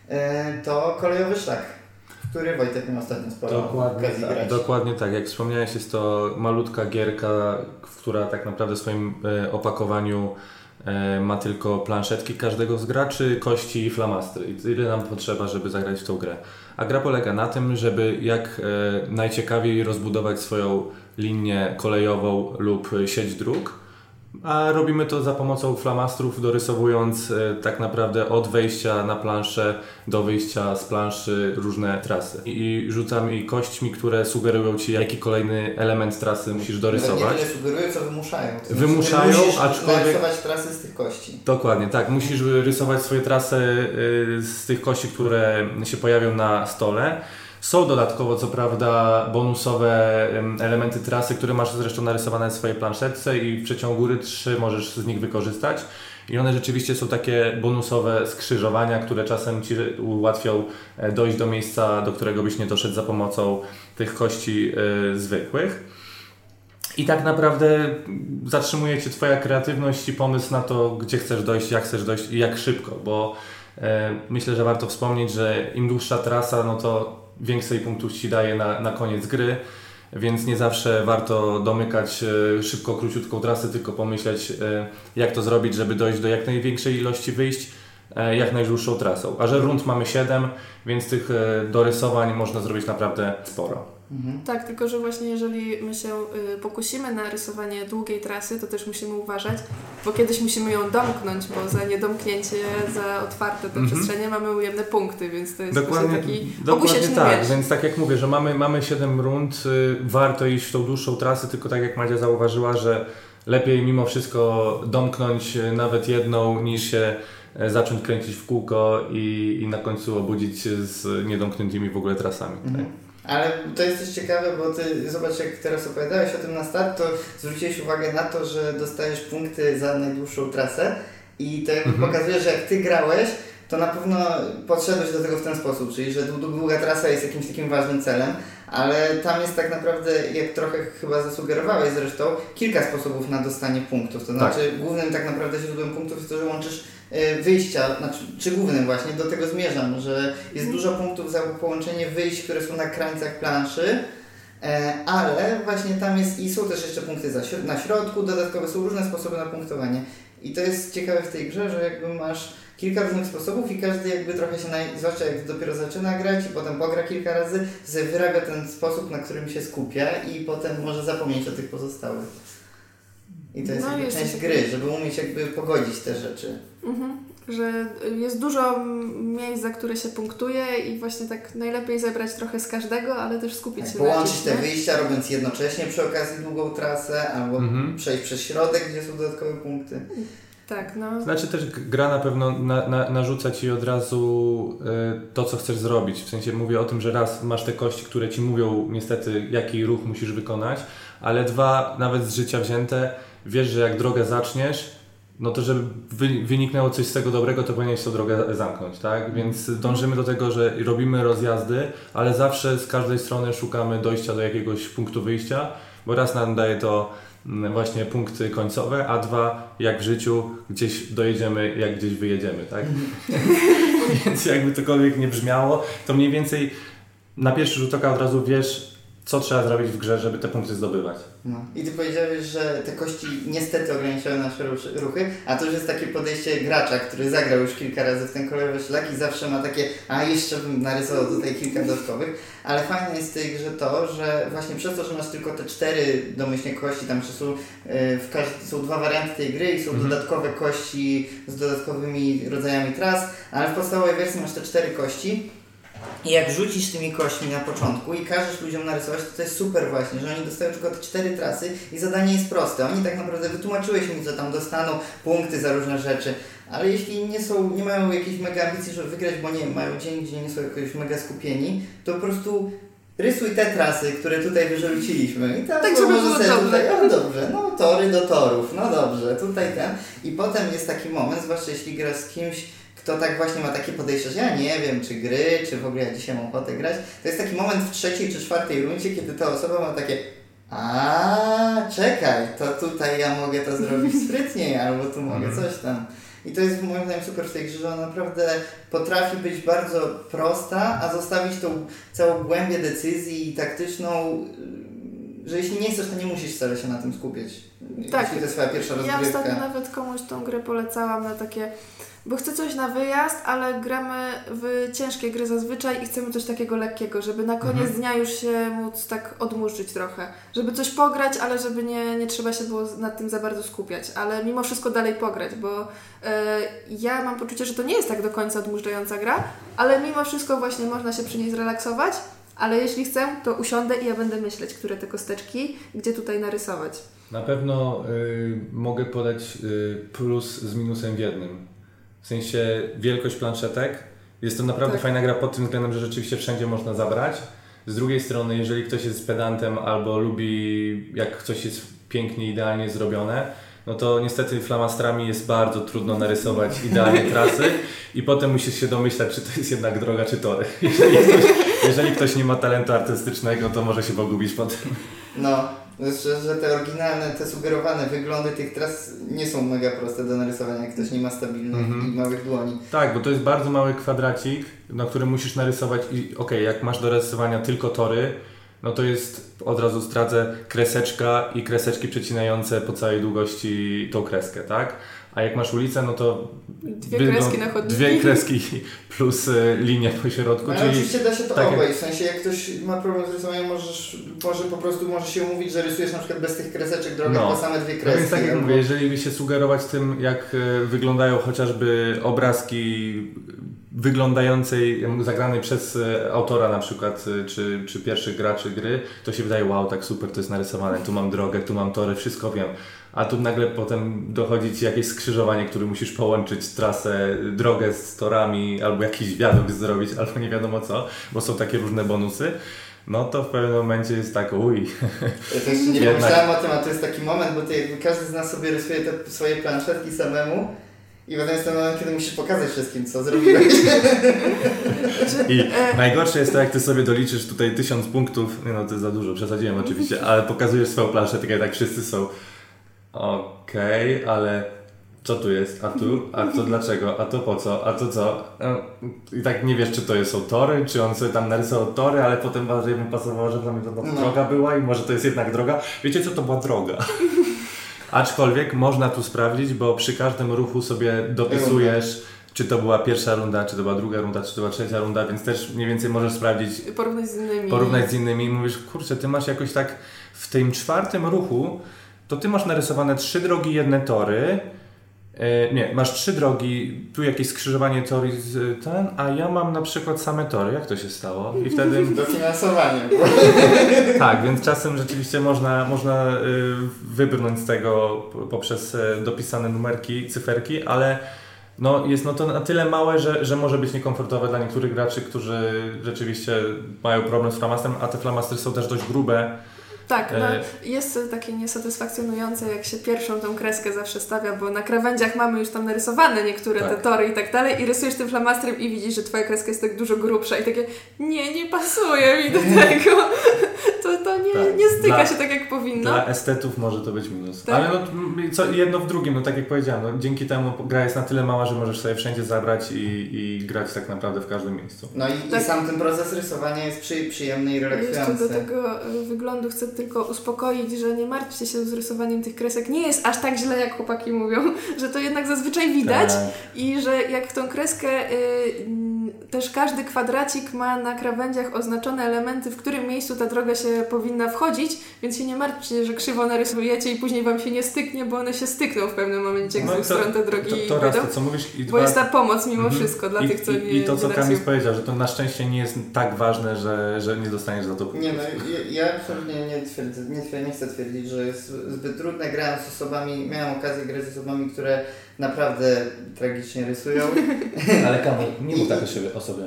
to Kolejowy Szlak, w który Wojtek miał ostatnio sporo okazji grać. Dokładnie tak, jak wspomniałeś, jest to malutka gierka, która tak naprawdę w swoim opakowaniu ma tylko planszetki każdego z graczy, kości i flamastry. I tyle nam potrzeba, żeby zagrać w tą grę. A gra polega na tym, żeby jak najciekawiej rozbudować swoją linię kolejową lub sieć dróg, a robimy to za pomocą flamastrów, dorysowując tak naprawdę od wejścia na planszę do wyjścia z planszy różne trasy. I rzucamy kośćmi, które sugerują Ci, jaki kolejny element trasy musisz dorysować. Nie tyle sugerują, co wymuszają. Wymuszają, musisz aczkolwiek... narysować trasy z tych kości. Dokładnie, tak. Musisz rysować swoje trasy z tych kości, które się pojawią na stole. Są dodatkowo, co prawda, bonusowe elementy trasy, które masz zresztą narysowane w swojej planszetce i w przeciągu gry 3 możesz z nich wykorzystać. I one rzeczywiście są takie bonusowe skrzyżowania, które czasem Ci ułatwią dojść do miejsca, do którego byś nie doszedł za pomocą tych kości zwykłych. I tak naprawdę zatrzymuje Cię Twoja kreatywność i pomysł na to, gdzie chcesz dojść i jak szybko, bo myślę, że warto wspomnieć, że im dłuższa trasa, no to więcej punktów Ci daje na koniec gry, więc nie zawsze warto domykać szybko, króciutką trasę, tylko pomyśleć, jak to zrobić, żeby dojść do jak największej ilości wyjść, jak najdłuższą trasą. A że rund mamy 7, więc tych dorysowań można zrobić naprawdę sporo. Tak, tylko że właśnie jeżeli my się pokusimy na rysowanie długiej trasy, to też musimy uważać, bo kiedyś musimy ją domknąć, bo za niedomknięcie, za otwarte te przestrzenie mamy ujemne punkty, więc to jest dokładnie taki obusieczny tak, miecz. więc tak jak mówię, że mamy 7 rund, warto iść w tą dłuższą trasę, tylko tak jak Madzia zauważyła, że lepiej mimo wszystko domknąć nawet jedną, niż się zacząć kręcić w kółko i na końcu obudzić się z niedomkniętymi w ogóle trasami. Tak? Ale to jest też ciekawe, bo Ty zobacz, jak teraz opowiadałeś o tym na start, to zwróciłeś uwagę na to, że dostajesz punkty za najdłuższą trasę i to pokazuje, że jak Ty grałeś, to na pewno podszedłeś do tego w ten sposób, czyli że długa trasa jest jakimś takim ważnym celem, ale tam jest tak naprawdę, jak trochę chyba zasugerowałeś zresztą, kilka sposobów na dostanie punktów. To znaczy głównym tak naprawdę źródłem punktów jest to, że łączysz wyjścia, czy głównym właśnie, do tego zmierzam, że jest dużo punktów za połączenie wyjść, które są na krańcach planszy, ale właśnie tam jest i są też jeszcze punkty na środku, dodatkowe są różne sposoby na punktowanie. I to jest ciekawe w tej grze, że jakby masz kilka różnych sposobów i każdy jakby trochę się, zwłaszcza jak dopiero zaczyna grać i potem pogra kilka razy, sobie wyrabia ten sposób, na którym się skupia i potem może zapomnieć o tych pozostałych. I to jest jakby część gry, żeby umieć jakby pogodzić te rzeczy. Że jest dużo miejsc, za które się punktuje i właśnie tak najlepiej zebrać trochę z każdego, ale też skupić się na połączyć te wyjścia, robiąc jednocześnie przy okazji długą trasę, albo przejść przez środek, gdzie są dodatkowe punkty. Tak, no. Znaczy też gra na pewno narzuca Ci od razu to, co chcesz zrobić. W sensie mówię o tym, że raz masz te kości, które Ci mówią niestety, jaki ruch musisz wykonać, ale dwa, nawet z życia wzięte, wiesz, że jak drogę zaczniesz, no to żeby wyniknęło coś z tego dobrego, to powinieneś tą drogę zamknąć, tak? Więc dążymy do tego, że robimy rozjazdy, ale zawsze z każdej strony szukamy dojścia do jakiegoś punktu wyjścia, bo raz nam daje to właśnie punkty końcowe, a 2 jak w życiu gdzieś dojedziemy, jak gdzieś wyjedziemy, tak? Więc jakby cokolwiek nie brzmiało, to mniej więcej na pierwszy rzut oka od razu wiesz, co trzeba zrobić w grze, żeby te punkty zdobywać. No. I ty powiedziałeś, że te kości niestety ograniczają nasze ruchy, a to już jest takie podejście gracza, który zagrał już kilka razy w ten kolorowy szlak i zawsze ma takie, a jeszcze bym narysował tutaj kilka dodatkowych, ale fajne jest w tej grze to, że właśnie przez to, że masz tylko te 4 domyślnie kości, tam są, są 2 warianty tej gry i są dodatkowe kości z dodatkowymi rodzajami tras, ale w podstawowej wersji masz te 4 kości. I jak rzucisz tymi kośćmi na początku i każesz ludziom narysować, to jest super właśnie, że oni dostają tylko te 4 trasy i zadanie jest proste. Oni tak naprawdę wytłumaczyłeś mi, że tam dostaną punkty za różne rzeczy, ale jeśli nie mają jakiejś mega ambicji, żeby wygrać, bo nie mają dzień, gdzie nie są jakoś mega skupieni, to po prostu rysuj te trasy, które tutaj wyrzuciliśmy. I tam tak, żeby było dobrze. No dobrze, no tory do torów, no dobrze, tutaj ten. I potem jest taki moment, zwłaszcza jeśli grasz z kimś, kto tak właśnie ma takie podejście, że ja nie wiem, czy gry, czy w ogóle ja dzisiaj mam ochotę grać. To jest taki moment w 3. czy 4. rundzie, kiedy ta osoba ma takie czekaj, to tutaj ja mogę to zrobić sprytniej, albo tu mogę coś tam. I to jest moim zdaniem super w tej grze, że ona naprawdę potrafi być bardzo prosta, a zostawić tą całą głębię decyzji taktyczną, że jeśli nie chcesz, to nie musisz wcale się na tym skupić. Tak. Jeśli to jest twoja pierwsza rozgrywka. Ja ostatnio nawet komuś tą grę polecałam na takie, bo chcę coś na wyjazd, ale gramy w ciężkie gry zazwyczaj i chcemy coś takiego lekkiego, żeby na koniec dnia już się móc tak odmurzyć trochę. Żeby coś pograć, ale żeby nie trzeba się było nad tym za bardzo skupiać, ale mimo wszystko dalej pograć, bo ja mam poczucie, że to nie jest tak do końca odmurzająca gra, ale mimo wszystko właśnie można się przy niej zrelaksować, ale jeśli chcę, to usiądę i ja będę myśleć, które te kosteczki, gdzie tutaj narysować. Na pewno mogę podać plus z minusem w jednym. W sensie wielkość planszetek. Jest to naprawdę fajna gra pod tym względem, że rzeczywiście wszędzie można zabrać. Z drugiej strony, jeżeli ktoś jest pedantem albo lubi, jak coś jest pięknie, idealnie zrobione, no to niestety flamastrami jest bardzo trudno narysować idealnie trasy i potem musisz się domyślać, czy to jest jednak droga, czy tory. Jeżeli ktoś nie ma talentu artystycznego, to może się pogubić potem. No, że te oryginalne, te sugerowane wyglądy tych tras nie są mega proste do narysowania, jak ktoś nie ma stabilnych i małych dłoni. Tak, bo to jest bardzo mały kwadracik, na którym musisz narysować i jak masz do rysowania tylko tory, no to jest, od razu zdradzę, kreseczka i kreseczki przecinające po całej długości tą kreskę, tak? A jak masz ulicę, no to 2 kreski na chodniku. 2 kreski plus linia po środku. Ale czyli oczywiście da się to tak obejść, w sensie jak ktoś ma problem z rysowaniem, może się umówić, że rysujesz na przykład bez tych kreseczek drogę, tylko same 2 kreski. No więc tak jak mówię, jeżeli by się sugerować tym, jak wyglądają chociażby obrazki wyglądającej, zagranej przez autora na przykład, czy pierwszych graczy gry, to się wydaje, wow, tak super, to jest narysowane, tu mam drogę, tu mam tory, wszystko wiem. A tu nagle potem dochodzi Ci jakieś skrzyżowanie, które musisz połączyć trasę, drogę z torami, albo jakiś wiadukt zrobić, albo nie wiadomo co, bo są takie różne bonusy. No to w pewnym momencie jest tak, Ja też nie pomyślałem o tym, a to jest taki moment, bo każdy z nas sobie rysuje te swoje planszetki samemu i potem jest ten moment, kiedy musisz pokazać wszystkim, co zrobiłeś. I najgorsze jest to, jak Ty sobie doliczysz tutaj 1000 punktów, no to jest za dużo, przesadziłem oczywiście, ale pokazujesz swoją planszetkę i tak wszyscy są okej, ale co tu jest, a to dlaczego, a to po co, a to co? I tak nie wiesz, czy to są tory, czy on sobie tam narysował tory, ale potem bardziej mu pasowało, że tam droga była i może to jest jednak droga. Wiecie co, to była droga. Aczkolwiek można tu sprawdzić, bo przy każdym ruchu sobie dopisujesz, czy to była pierwsza runda, czy to była druga runda, czy to była trzecia runda, więc też mniej więcej możesz sprawdzić, porównać z innymi i mówisz, kurczę, ty masz jakoś tak w tym 4. ruchu, to ty masz narysowane 3 drogi, 1 tory. Masz 3 drogi, tu jakieś skrzyżowanie tory a ja mam na przykład same tory. Jak to się stało? I wtedy... Dofinansowanie. Tak, więc czasem rzeczywiście można wybrnąć z tego poprzez dopisane numerki, cyferki, ale jest to na tyle małe, że może być niekomfortowe dla niektórych graczy, którzy rzeczywiście mają problem z flamastrem, a te flamastry są też dość grube. Tak, jest takie niesatysfakcjonujące, jak się pierwszą tą kreskę zawsze stawia, bo na krawędziach mamy już tam narysowane niektóre te tory i tak dalej i rysujesz tym flamastrem i widzisz, że twoja kreska jest tak dużo grubsza i takie nie pasuje mi do tego. To to nie styka się tak jak powinno. Dla estetów może to być minus. Tak. Ale jedno w drugim, tak jak powiedziałem, dzięki temu gra jest na tyle mała, że możesz sobie wszędzie zabrać i grać tak naprawdę w każdym miejscu. No i sam ten proces rysowania jest przyjemny i relaksujący. Jeszcze do tego wyglądu chcę tylko uspokoić, że nie martwcie się z rysowaniem tych kresek. Nie jest aż tak źle, jak chłopaki mówią, że to jednak zazwyczaj widać i że jak tą kreskę też każdy kwadracik ma na krawędziach oznaczone elementy, w którym miejscu ta droga się powinna wchodzić, więc się nie martwcie, że krzywo narysujecie i później wam się nie styknie, bo one się stykną w pewnym momencie, jak z dwóch stron te drogi to raz to, co mówisz. Bo jest ta pomoc mimo wszystko dla tych, co nie I to, co Kamil powiedział, że to na szczęście nie jest tak ważne, że nie dostaniesz za to punktu. Nie no, ja absolutnie nie chcę twierdzić, że jest zbyt trudne. Grałem z osobami, miałem okazję grać z osobami, które naprawdę tragicznie rysują. Ale Kamil, nie mów tak o sobie.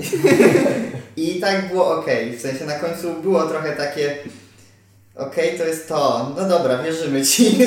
I tak było okej. W sensie na końcu było trochę takie to jest to. No dobra, wierzymy ci.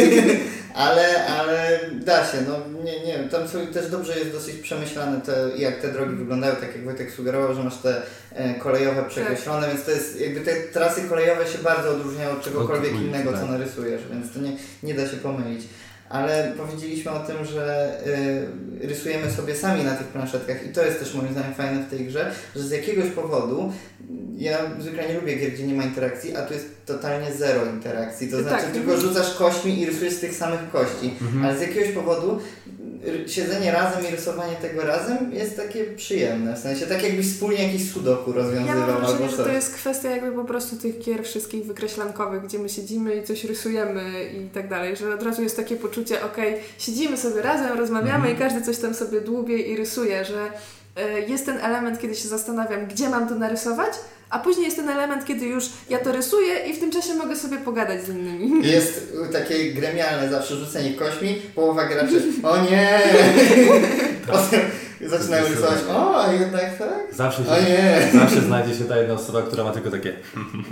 ale da się. No nie, tam też dobrze jest dosyć przemyślane jak te drogi wyglądają, tak jak Wojtek sugerował, że masz te kolejowe przekreślone, więc to jest jakby te trasy kolejowe się bardzo odróżniają od czegokolwiek innego, co narysujesz, więc to nie da się pomylić. Ale powiedzieliśmy o tym, że rysujemy sobie sami na tych planszetkach i to jest też moim zdaniem fajne w tej grze, że z jakiegoś powodu, ja zwykle nie lubię gier, gdzie nie ma interakcji, a tu jest totalnie zero interakcji, to znaczy tylko rzucasz kośćmi i rysujesz z tych samych kości, ale z jakiegoś powodu siedzenie razem i rysowanie tego razem jest takie przyjemne, w sensie tak jakbyś wspólnie jakiś sudoku rozwiązywał. Ja mam wrażenie, że to jest kwestia jakby po prostu tych gier wszystkich wykreślankowych, gdzie my siedzimy i coś rysujemy i tak dalej, że od razu jest takie poczucie, siedzimy sobie razem, rozmawiamy i każdy coś tam sobie dłubie i rysuje, że jest ten element, kiedy się zastanawiam, gdzie mam to narysować, a później jest ten element, kiedy już ja to rysuję i w tym czasie mogę sobie pogadać z innymi. Jest takie gremialne zawsze rzucenie kośmi, połowa graczy, o nie! Potem zaczynają rysować, o jednak tak? Zawsze znajdzie się ta jedna osoba, która ma tylko takie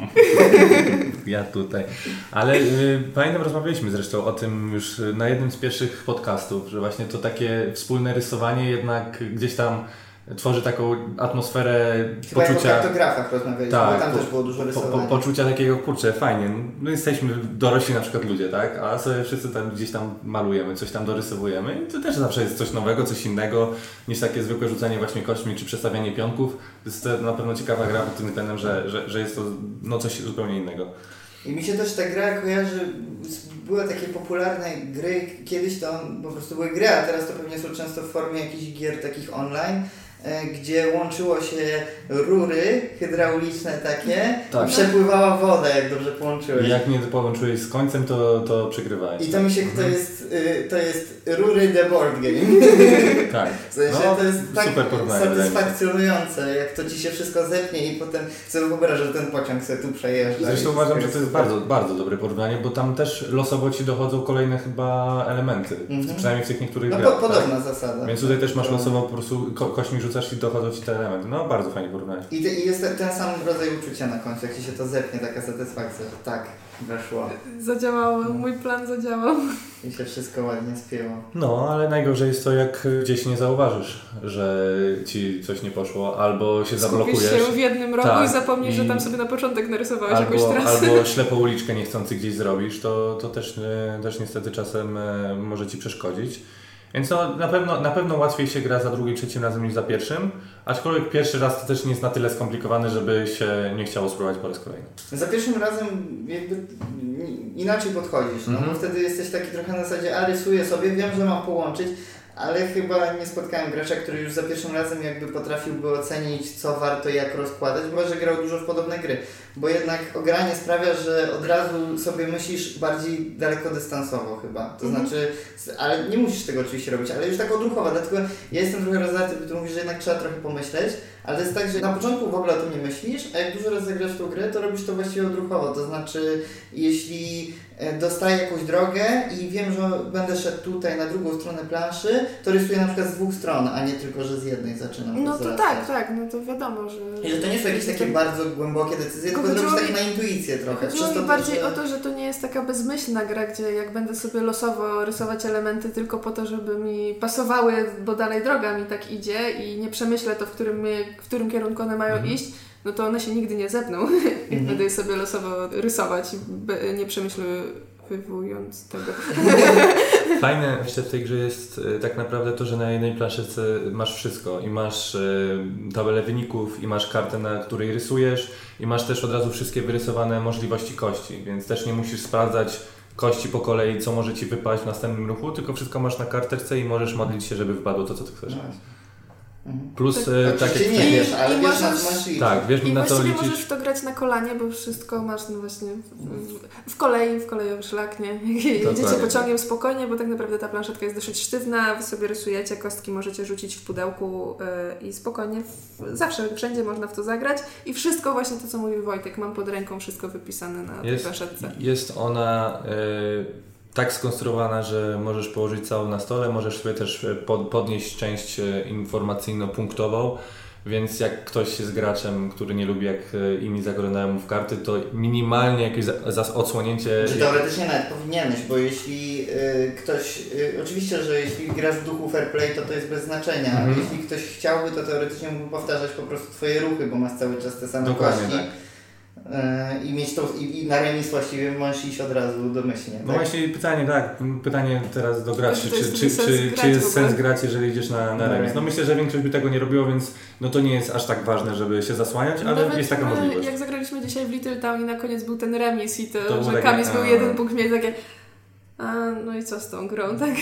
ja tutaj. Ale pamiętam, rozmawialiśmy zresztą o tym już na jednym z pierwszych podcastów, że właśnie to takie wspólne rysowanie jednak gdzieś tam tworzy taką atmosferę chyba poczucia... o kartografach rozmawialiśmy, bo tam też było dużo rysowania. Poczucia takiego, kurczę, fajnie, my jesteśmy dorośli na przykład ludzie, tak? A sobie wszyscy tam gdzieś tam malujemy, coś tam dorysowujemy i to też zawsze jest coś nowego, coś innego niż takie zwykłe rzucanie właśnie kośćmi czy przestawianie pionków. To jest na pewno ciekawa gra pod tym względem, że jest to coś zupełnie innego. I mi się też ta gra kojarzy, były takie popularne gry, kiedyś to po prostu były gry, a teraz to pewnie są często w formie jakichś gier takich online, gdzie łączyło się rury hydrauliczne takie i przepływała woda, jak dobrze połączyłeś. I jak nie połączyłeś z końcem, to przegrywałeś. I to mi się, to jest rury the board game. Tak. W sensie to jest tak super satysfakcjonujące, jak to ci się wszystko zepnie i potem sobie wyobrażasz, że ten pociąg sobie tu przejeżdża. Zresztą uważam, że to jest bardzo, bardzo dobre porównanie, bo tam też losowo ci dochodzą kolejne chyba elementy. Przynajmniej w tych niektórych grach. Podobna zasada. Więc tutaj też masz losowo po prostu kośćmi rzucasz i dochodzą ci te elementy. No bardzo fajnie porównanie. I jest ten sam rodzaj uczucia na końcu, jak ci się to zepnie, taka satysfakcja, że tak, weszło. Zadziałało, mój plan zadziałał. I się wszystko ładnie spięło. No, ale najgorzej jest to, jak gdzieś nie zauważysz, że ci coś nie poszło, albo się zablokujesz. Skupisz się w jednym rogu i zapomnisz, że tam sobie na początek narysowałeś jakąś trasę. Albo ślepą uliczkę niechcący gdzieś zrobisz, to też niestety czasem może ci przeszkodzić. Więc na pewno łatwiej się gra za drugim, trzecim razem niż za pierwszym, aczkolwiek pierwszy raz to też nie jest na tyle skomplikowane, żeby się nie chciało spróbować po raz kolejny. Za pierwszym razem jakby inaczej podchodzisz, bo wtedy jesteś taki trochę na zasadzie, rysuję sobie, wiem, że mam połączyć, ale chyba nie spotkałem gracza, który już za pierwszym razem jakby potrafiłby ocenić, co warto jak rozkładać, chyba że grał dużo w podobne gry, bo jednak ogranie sprawia, że od razu sobie myślisz bardziej dalekodystansowo chyba, to znaczy, ale nie musisz tego oczywiście robić, ale już tak odruchowo, dlatego ja jestem trochę rozdarty, bo ty mówisz, że jednak trzeba trochę pomyśleć, ale to jest tak, że na początku w ogóle o tym nie myślisz, a jak dużo razy zagrasz w tą grę, to robisz to właściwie odruchowo, to znaczy, jeśli dostaję jakąś drogę i wiem, że będę szedł tutaj na drugą stronę planszy, to rysuję na przykład z dwóch stron, a nie tylko, że z jednej zaczynam. No to tak, no to wiadomo, że... I że to nie są jakieś takie bardzo głębokie decyzje, tylko robisz tak na intuicję trochę. Chodziło mi bardziej o to, że to nie jest taka bezmyślna gra, gdzie jak będę sobie losowo rysować elementy tylko po to, żeby mi pasowały, bo dalej droga mi tak idzie i nie przemyślę to, w którym kierunku one mają iść, no to one się nigdy nie zepną, jak będę je sobie losowo rysować, nie przemyślewując tego. Fajne jeszcze w tej grze jest tak naprawdę to, że na jednej planszetce masz wszystko i masz tabelę wyników i masz kartę, na której rysujesz i masz też od razu wszystkie wyrysowane możliwości kości, więc też nie musisz sprawdzać kości po kolei, co może Ci wypaść w następnym ruchu, tylko wszystko masz na karteczce i możesz modlić się, żeby wypadło to, co Ty chcesz. Plus tak jak nie wiesz, ale wiesz na co masz liczyć. Tak, wiesz I na to właściwie liczyć. możesz w to grać na kolanie, bo wszystko masz no właśnie w kolejowy szlak, nie? Jedziecie pociągiem spokojnie, bo tak naprawdę ta planszetka jest dosyć sztywna, wy sobie rysujecie, kostki możecie rzucić w pudełku i spokojnie, zawsze, wszędzie można w to zagrać i wszystko właśnie to, co mówi Wojtek, mam pod ręką wszystko wypisane na tej planszetce. Jest ona tak skonstruowana, że możesz położyć całą na stole, możesz sobie też podnieść część informacyjno-punktową, więc jak ktoś jest graczem, który nie lubi jak inni zaglądają mu w karty, to minimalnie jakieś odsłonięcie... Czy teoretycznie nawet powinieneś, bo jeśli ktoś... oczywiście, że jeśli grasz w duchu fair play, to jest bez znaczenia, ale jeśli ktoś chciałby, to teoretycznie mógłby powtarzać po prostu Twoje ruchy, bo masz cały czas te same Dokładnie kości. tak. I mieć to i na remis właściwie możesz iść od razu domyślnie. No tak? właśnie pytanie teraz do graczy, czy jest jest sens grać, jeżeli idziesz na remis? No myślę, że większość by tego nie robiło, więc no to nie jest aż tak ważne, żeby się zasłaniać, ale nawet jest taka możliwość. Jak zagraliśmy dzisiaj w Little Town i na koniec był ten remis i to że takie, Kamis był jeden punkt, mieli takie no i co z tą grą, tak?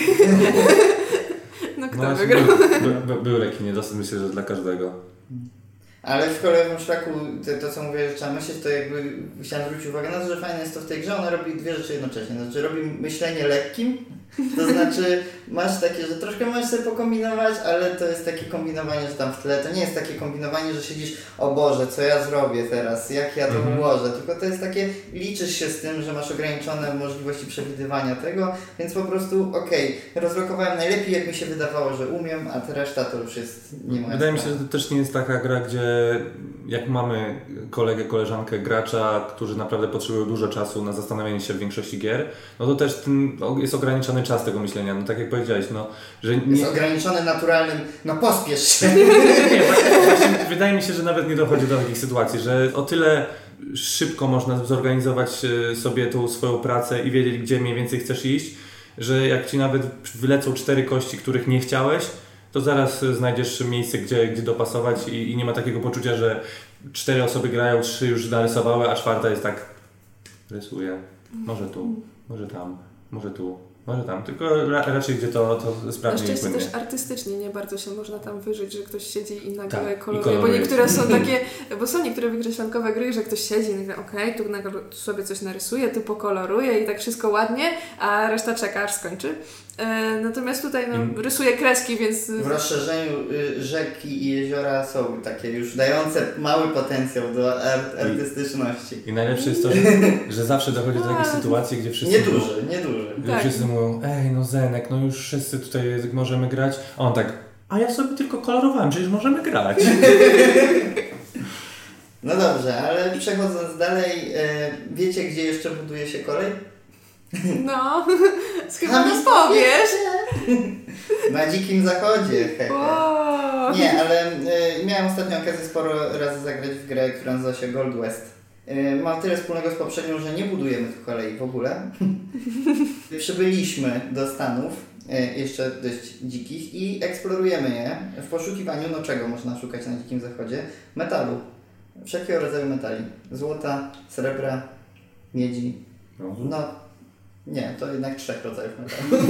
No kto wygrał? Był lekki niedosyt, myślę, że dla każdego. Ale w kolejowym szlaku, to co mówię, że trzeba myśleć, to jakby chciałem zwrócić uwagę na to, że fajne jest to w tej grze, ona robi dwie rzeczy jednocześnie. Znaczy robi myślenie lekkim, to znaczy masz takie, że troszkę możesz sobie pokombinować, ale to jest takie kombinowanie, że tam w tle, to nie jest takie kombinowanie, że siedzisz, o Boże, co ja zrobię teraz, jak ja to ułożę, tylko to jest takie, liczysz się z tym, że masz ograniczone możliwości przewidywania tego, więc po prostu rozlokowałem najlepiej, jak mi się wydawało, że umiem, a ta reszta to już jest nie moja Wydaje mi się, że to też nie jest taka gra, gdzie jak mamy kolegę, koleżankę, gracza, którzy naprawdę potrzebują dużo czasu na zastanawianie się w większości gier, no to też jest ograniczony czas tego myślenia, no tak jak powiedziałeś, no, że nie... Jest ograniczony naturalnym, no pospiesz się. Nie, właśnie wydaje mi się, że nawet nie dochodzi do takich sytuacji, że o tyle szybko można zorganizować sobie tą swoją pracę i wiedzieć, gdzie mniej więcej chcesz iść, że jak Ci nawet wylecą 4 kości, których nie chciałeś, to zaraz znajdziesz miejsce, gdzie dopasować i nie ma takiego poczucia, że 4 osoby grają, 3 już narysowały, a 4 jest tak rysuje, może tu, może tam, może tu, może tam, tylko raczej gdzie to sprawnie Na i szczęście płynnie. też artystycznie nie bardzo się można tam wyżyć, że ktoś siedzi i nagle Tak, koloruje, bo niektóre są takie, bo są niektóre wykreślankowe gry, że ktoś siedzi i nagle tu sobie coś narysuje, tu pokoloruje i tak wszystko ładnie, a reszta czeka aż skończy. Natomiast tutaj rysuje kreski, więc... W rozszerzeniu rzeki i jeziora są takie już dające mały potencjał do artystyczności. I najlepsze jest to, że zawsze dochodzi do takiej sytuacji, gdzie wszyscy... Nieduży. Gdzie wszyscy mówią, no Zenek, no już wszyscy tutaj możemy grać. A on tak, a ja sobie tylko kolorowałem, przecież możemy grać. No dobrze, ale przechodząc dalej, wiecie gdzie jeszcze buduje się kolej? No, chyba nas powiesz. Na Dzikim Zachodzie. Nie, ale miałem ostatnio okazję sporo razy zagrać w grę, która nazywa się Gold West. Mam tyle wspólnego z poprzednią, że nie budujemy tu kolei w ogóle. Przybyliśmy do Stanów, jeszcze dość dzikich, i eksplorujemy je w poszukiwaniu, czego można szukać na Dzikim Zachodzie? Metalu. Wszelkiego rodzaju metali. Złota, srebra, miedzi. Nie, to jednak 3 rodzajów metalu.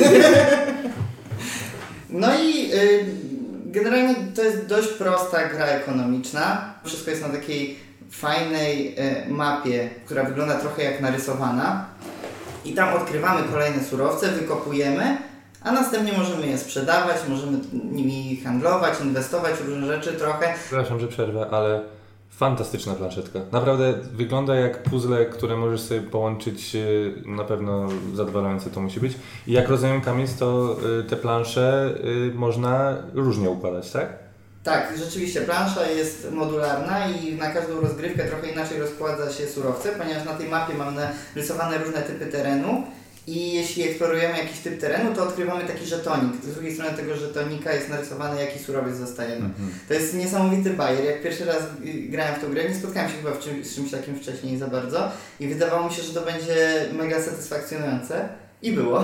No i generalnie to jest dość prosta gra ekonomiczna. Wszystko jest na takiej fajnej mapie, która wygląda trochę jak narysowana. I tam odkrywamy kolejne surowce, wykopujemy, a następnie możemy je sprzedawać, możemy nimi handlować, inwestować w różne rzeczy trochę. Przepraszam, że przerwę, ale fantastyczna planszetka. Naprawdę wygląda jak puzzle, które możesz sobie połączyć, na pewno zadowalające to musi być. I jak rozumiem, Kamis, to te plansze można różnie układać, tak? Tak, rzeczywiście plansza jest modularna i na każdą rozgrywkę trochę inaczej rozkłada się surowce, ponieważ na tej mapie mam narysowane różne typy terenu I jeśli eksplorujemy jakiś typ terenu, to odkrywamy taki żetonik. Z drugiej strony tego żetonika jest narysowany, jaki surowiec dostajemy. To jest niesamowity bajer. Jak pierwszy raz grałem w tą grę, nie spotkałem się chyba z czymś takim wcześniej za bardzo i wydawało mi się, że to będzie mega satysfakcjonujące. I było.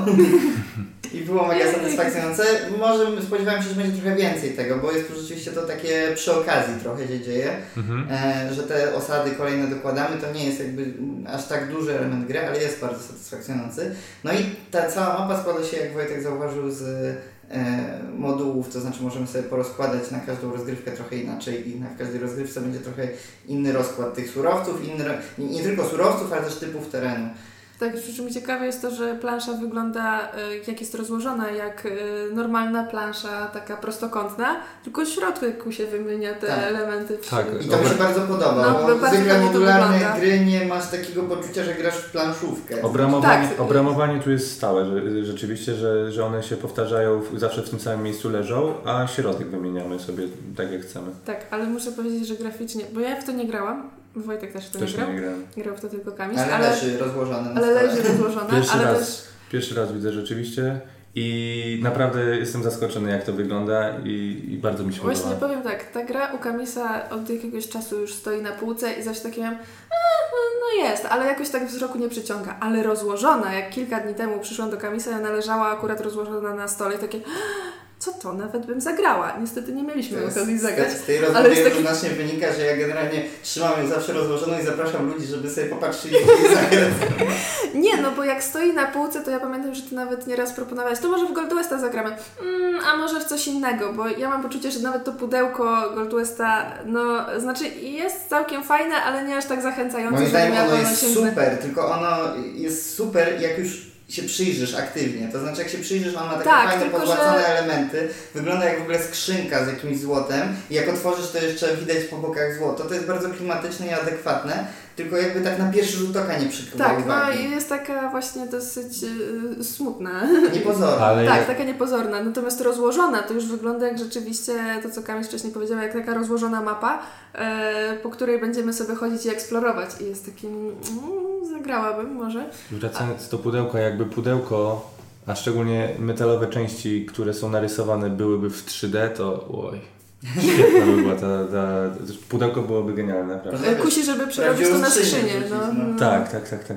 I było mega satysfakcjonujące. Może spodziewałem się, że będzie trochę więcej tego, bo jest tu rzeczywiście to takie przy okazji trochę się dzieje, że te osady kolejne dokładamy, to nie jest jakby aż tak duży element gry, ale jest bardzo satysfakcjonujący. No i ta cała mapa składa się, jak Wojtek zauważył, z modułów, to znaczy możemy sobie porozkładać na każdą rozgrywkę trochę inaczej i na każdej rozgrywce będzie trochę inny rozkład tych surowców, nie tylko surowców, ale też typów terenu. Tak, przy czym ciekawe jest to, że plansza wygląda, jak jest rozłożona, jak normalna plansza, taka prostokątna, tylko w środku się wymienia te elementy. Tak. I to mi się bardzo podoba, No, bo zwykle modularne gry nie masz takiego poczucia, że grasz w planszówkę. Obramowanie tu jest stałe, że rzeczywiście, że one się powtarzają, zawsze w tym samym miejscu leżą, a środek wymieniamy sobie tak jak chcemy. Tak, ale muszę powiedzieć, że graficznie, bo ja w to nie grałam, Wojtek też w to nie grał. Grał w to tylko Kamil. Ale leży rozłożone. Ale leży rozłożone. Pierwszy raz widzę rzeczywiście i naprawdę jestem zaskoczony, jak to wygląda i bardzo mi się podoba. Właśnie powiem tak, ta gra u Kamisa od jakiegoś czasu już stoi na półce i zawsze takie miałam, no jest, ale jakoś tak wzroku nie przyciąga. Ale rozłożona, jak kilka dni temu przyszłam do Kamisa i ona leżała akurat rozłożona na stole i takie... Co to? Nawet bym zagrała. Niestety nie mieliśmy okazji zagrać. Z tej rozmowy jednoznacznie wynika, że ja generalnie trzymam ją zawsze rozłożoną i zapraszam ludzi, żeby sobie popatrzyli i zagrać. Nie, no bo jak stoi na półce, to ja pamiętam, że ty nawet nieraz proponowałeś, to może w Gold Westa zagramy. A może w coś innego, bo ja mam poczucie, że nawet to pudełko Gold Westa, no, znaczy jest całkiem fajne, ale nie aż tak zachęcające. Moim zdaniem ono jest super, tylko ono jest super, jak już się przyjrzysz aktywnie, to znaczy jak się przyjrzysz, on ma takie fajne podłacone elementy, wygląda jak w ogóle skrzynka z jakimś złotem i jak otworzysz, to jeszcze widać po bokach złoto, to jest bardzo klimatyczne i adekwatne, tylko jakby tak na pierwszy rzut oka nie przykuwa uwagi. Tak, no i jest taka właśnie dosyć smutna. Niepozorna. Tak, taka niepozorna, natomiast rozłożona to już wygląda jak rzeczywiście to, co Kamil wcześniej powiedział, jak taka rozłożona mapa, po której będziemy sobie chodzić i eksplorować i jest takim... zagrałabym może. Wracając do pudełka, jakby pudełko, a szczególnie metalowe części, które są narysowane, byłyby w 3D, to świetna by była pudełko byłoby genialne, naprawdę. Kusi, żeby przerobić to na skrzynię. Tak.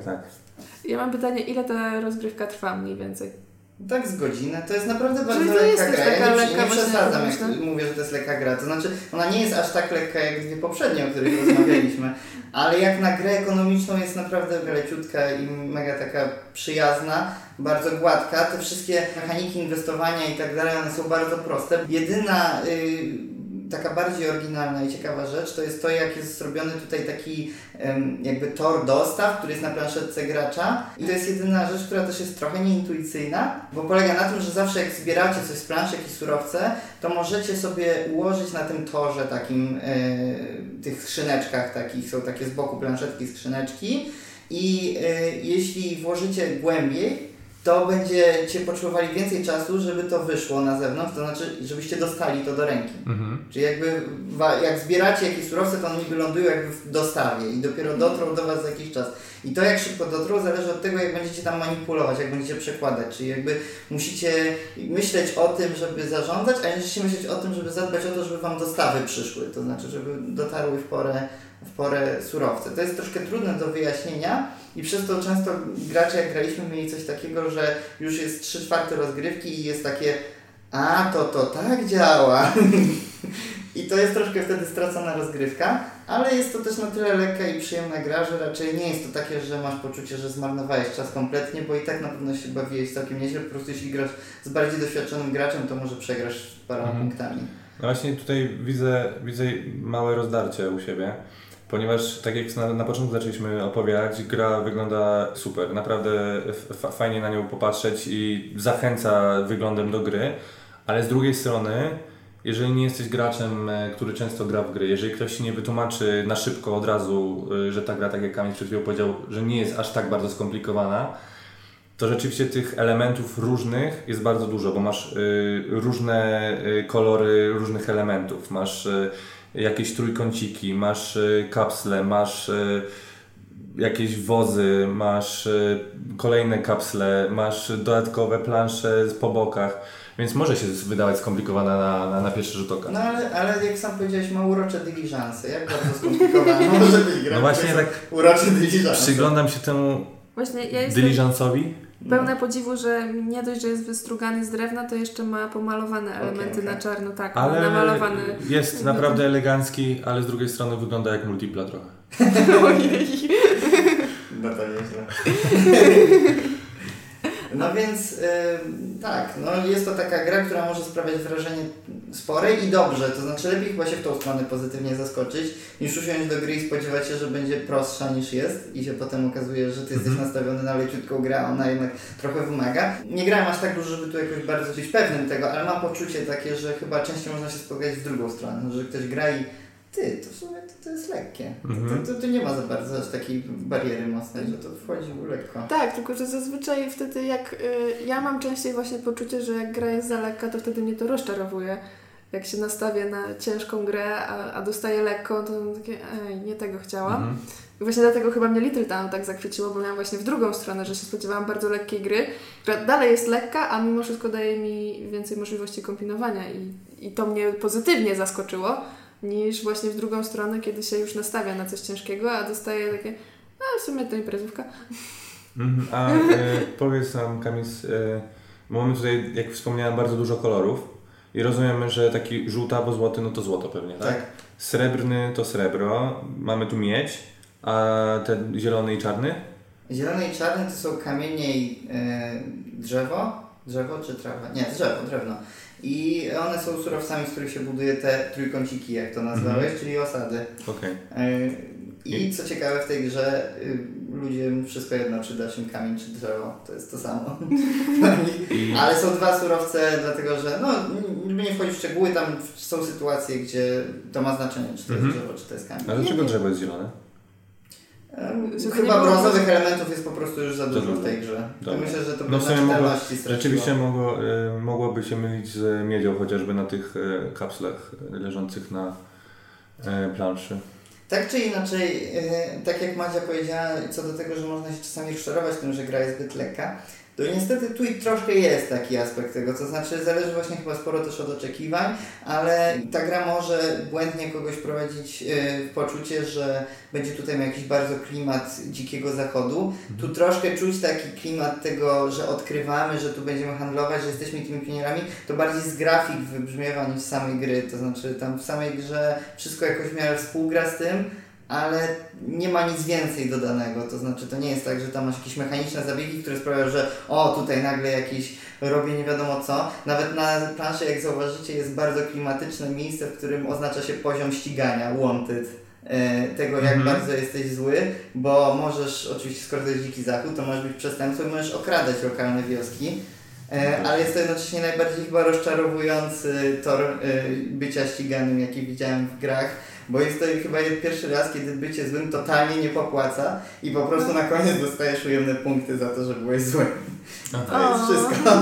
Ja mam pytanie, ile ta rozgrywka trwa mniej więcej? Tak z godzinę. To jest naprawdę bardzo lekka gra. Ja nie przesadzam, jak mówię, że to jest lekka gra. To znaczy, ona nie jest aż tak lekka jak dwie poprzednie, o których rozmawialiśmy, ale jak na grę ekonomiczną jest naprawdę leciutka i mega taka przyjazna, bardzo gładka. Te wszystkie mechaniki inwestowania i tak dalej, one są bardzo proste. Jedyna taka bardziej oryginalna i ciekawa rzecz to jest to, jak jest zrobiony tutaj taki jakby tor dostaw, który jest na planszetce gracza i to jest jedyna rzecz, która też jest trochę nieintuicyjna, bo polega na tym, że zawsze jak zbieracie coś z planszek i surowce, to możecie sobie ułożyć na tym torze takim, tych skrzyneczkach takich, są takie z boku planszetki skrzyneczki i jeśli włożycie głębiej, to będziecie potrzebowali więcej czasu, żeby to wyszło na zewnątrz, to znaczy, żebyście dostali to do ręki. Czyli jakby, jak zbieracie jakieś surowce, to one niby lądują jakby w dostawie i dopiero dotrą do Was za jakiś czas. I to jak szybko dotrą zależy od tego, jak będziecie tam manipulować, jak będziecie przekładać. Czyli jakby musicie myśleć o tym, żeby zarządzać, a jednocześnie myśleć o tym, żeby zadbać o to, żeby Wam dostawy przyszły. To znaczy, żeby dotarły w porę surowce. To jest troszkę trudne do wyjaśnienia i przez to często gracze, jak graliśmy, mieli coś takiego, że już jest 3/4 rozgrywki i jest takie to tak działa. I to jest troszkę wtedy stracona rozgrywka, ale jest to też na tyle lekka i przyjemna gra, że raczej nie jest to takie, że masz poczucie, że zmarnowałeś czas kompletnie, bo i tak na pewno się bawiłeś całkiem nieźle. Po prostu jeśli grasz z bardziej doświadczonym graczem, to może przegrasz paroma punktami. No właśnie tutaj widzę małe rozdarcie u siebie, ponieważ tak jak na początku zaczęliśmy opowiadać, gra wygląda super, naprawdę fajnie na nią popatrzeć i zachęca wyglądem do gry, ale z drugiej strony, jeżeli nie jesteś graczem, który często gra w gry, jeżeli ktoś ci nie wytłumaczy na szybko od razu, że ta gra, tak jak Kamil przed chwilą powiedział, że nie jest aż tak bardzo skomplikowana, to rzeczywiście tych elementów różnych jest bardzo dużo, bo masz różne kolory różnych elementów, masz jakieś trójkąciki, masz kapsle, masz jakieś wozy, masz kolejne kapsle, masz dodatkowe plansze po bokach, więc może się wydawać skomplikowana na pierwszy rzut oka. No ale jak sam powiedziałeś, ma urocze dyliżanse. Jak bardzo skomplikowane może być gra? No właśnie tak urocze dyliżanse. Przyglądam się temu Właśnie ja jestem dyliżansowi. pełna podziwu, że nie dość, że jest wystrugany z drewna, to jeszcze ma pomalowane elementy na czarno. Tak, ale namalowany. jest naprawdę elegancki, ale z drugiej strony wygląda jak multipla trochę. Ojej. No to nieźle. No więc tak, no jest to taka gra, która może sprawiać wrażenie spore i dobrze, to znaczy lepiej chyba się w tą stronę pozytywnie zaskoczyć, niż usiąść do gry i spodziewać się, że będzie prostsza niż jest i się potem okazuje, że ty jesteś nastawiony na leciutką grę, a ona jednak trochę wymaga. Nie grałem aż tak dużo, żeby tu jakoś bardzo być pewnym tego, ale mam poczucie takie, że chyba częściej można się spotkać w drugą stronę, że ktoś gra i to w sumie to jest lekkie. To nie ma za bardzo aż takiej bariery mocnej, że to wchodzi lekko. Tak, tylko że zazwyczaj wtedy jak ja mam częściej właśnie poczucie, że jak gra jest za lekka, to wtedy mnie to rozczarowuje. Jak się nastawię na ciężką grę, a dostaję lekko, to takie nie tego chciałam. I właśnie dlatego chyba mnie Little Town tak zachwyciło, bo miałam właśnie w drugą stronę, że się spodziewałam bardzo lekkiej gry, która dalej jest lekka, a mimo wszystko daje mi więcej możliwości kombinowania i to mnie pozytywnie zaskoczyło, niż właśnie w drugą stronę, kiedy się już nastawia na coś ciężkiego, a dostaje takie, w sumie to imprezówka. A powiedz nam, Kamis, mamy tutaj, jak wspomniałem, bardzo dużo kolorów i rozumiemy, że taki żółtawo-złoty, no to złoto pewnie, tak? Srebrny to srebro, mamy tu miedź, a ten zielony i czarny? Zielony i czarny to są kamienie i drzewo? Drzewo czy trawa? Nie, drewno. I one są surowcami, z których się buduje te trójkąciki, jak to nazwałeś, czyli osady. Okay. I co ciekawe w tej grze, ludziom wszystko jedno, czy dasz im kamień, czy drzewo, to jest to samo. Ale są dwa surowce, dlatego że, nie wchodzi w szczegóły, tam są sytuacje, gdzie to ma znaczenie, czy to jest drzewo, czy to jest kamień. A dlaczego drzewo jest zielone? Chyba brązowych elementów jest po prostu już za dużo w tej grze. To myślę, że to by czytelności straciło. Rzeczywiście mogłoby się mylić z miedzią, chociażby na tych kapslach leżących na planszy. Tak czy inaczej, tak jak Madzia powiedziała, co do tego, że można się czasami rozczarować tym, że gra jest zbyt lekka, to niestety tu i troszkę jest taki aspekt tego, to znaczy zależy właśnie chyba sporo też od oczekiwań, ale ta gra może błędnie kogoś prowadzić w poczucie, że będzie tutaj miał jakiś bardzo klimat dzikiego zachodu. Tu troszkę czuć taki klimat tego, że odkrywamy, że tu będziemy handlować, że jesteśmy tymi pionierami, to bardziej z grafik wybrzmiewa niż z samej gry, to znaczy tam w samej grze wszystko jakoś w miarę współgra z tym, ale nie ma nic więcej dodanego, to znaczy to nie jest tak, że tam masz jakieś mechaniczne zabiegi, które sprawiają, że tutaj nagle jakieś robię nie wiadomo co. Nawet na planszy, jak zauważycie, jest bardzo klimatyczne miejsce, w którym oznacza się poziom ścigania, wanted, tego jak bardzo jesteś zły, bo możesz, oczywiście skoro to jest dziki zachód, to możesz być przestępcą i możesz okradać lokalne wioski. Ale jest to jednocześnie najbardziej chyba rozczarowujący tor bycia ściganym, jaki widziałem w grach, bo jest to chyba pierwszy raz, kiedy bycie złym totalnie nie popłaca i po prostu na koniec dostajesz ujemne punkty za to, że byłeś zły. To jest wszystko.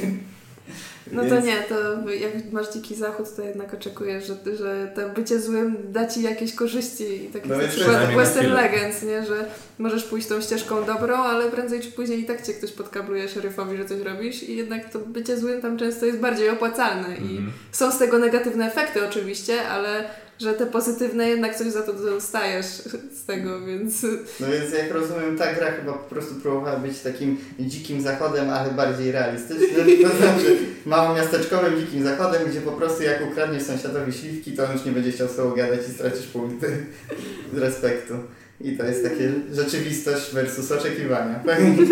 No to nie, to jak masz dziki zachód, to jednak oczekujesz, że to bycie złym da ci jakieś korzyści i tak jak Western Legends, nie? Że możesz pójść tą ścieżką dobrą, ale prędzej czy później i tak cię ktoś podkabluje szeryfowi, że coś robisz i jednak to bycie złym tam często jest bardziej opłacalne i są z tego negatywne efekty oczywiście, ale że te pozytywne jednak coś za to dostajesz z tego, więc... No więc jak rozumiem, ta gra chyba po prostu próbowała być takim dzikim zachodem, ale bardziej realistycznym. To znaczy małomiasteczkowym dzikim zachodem, gdzie po prostu jak ukradniesz sąsiadowi śliwki, to on już nie będzie chciał z tobą gadać i stracisz punkty z respektu. I to jest takie rzeczywistość versus oczekiwania.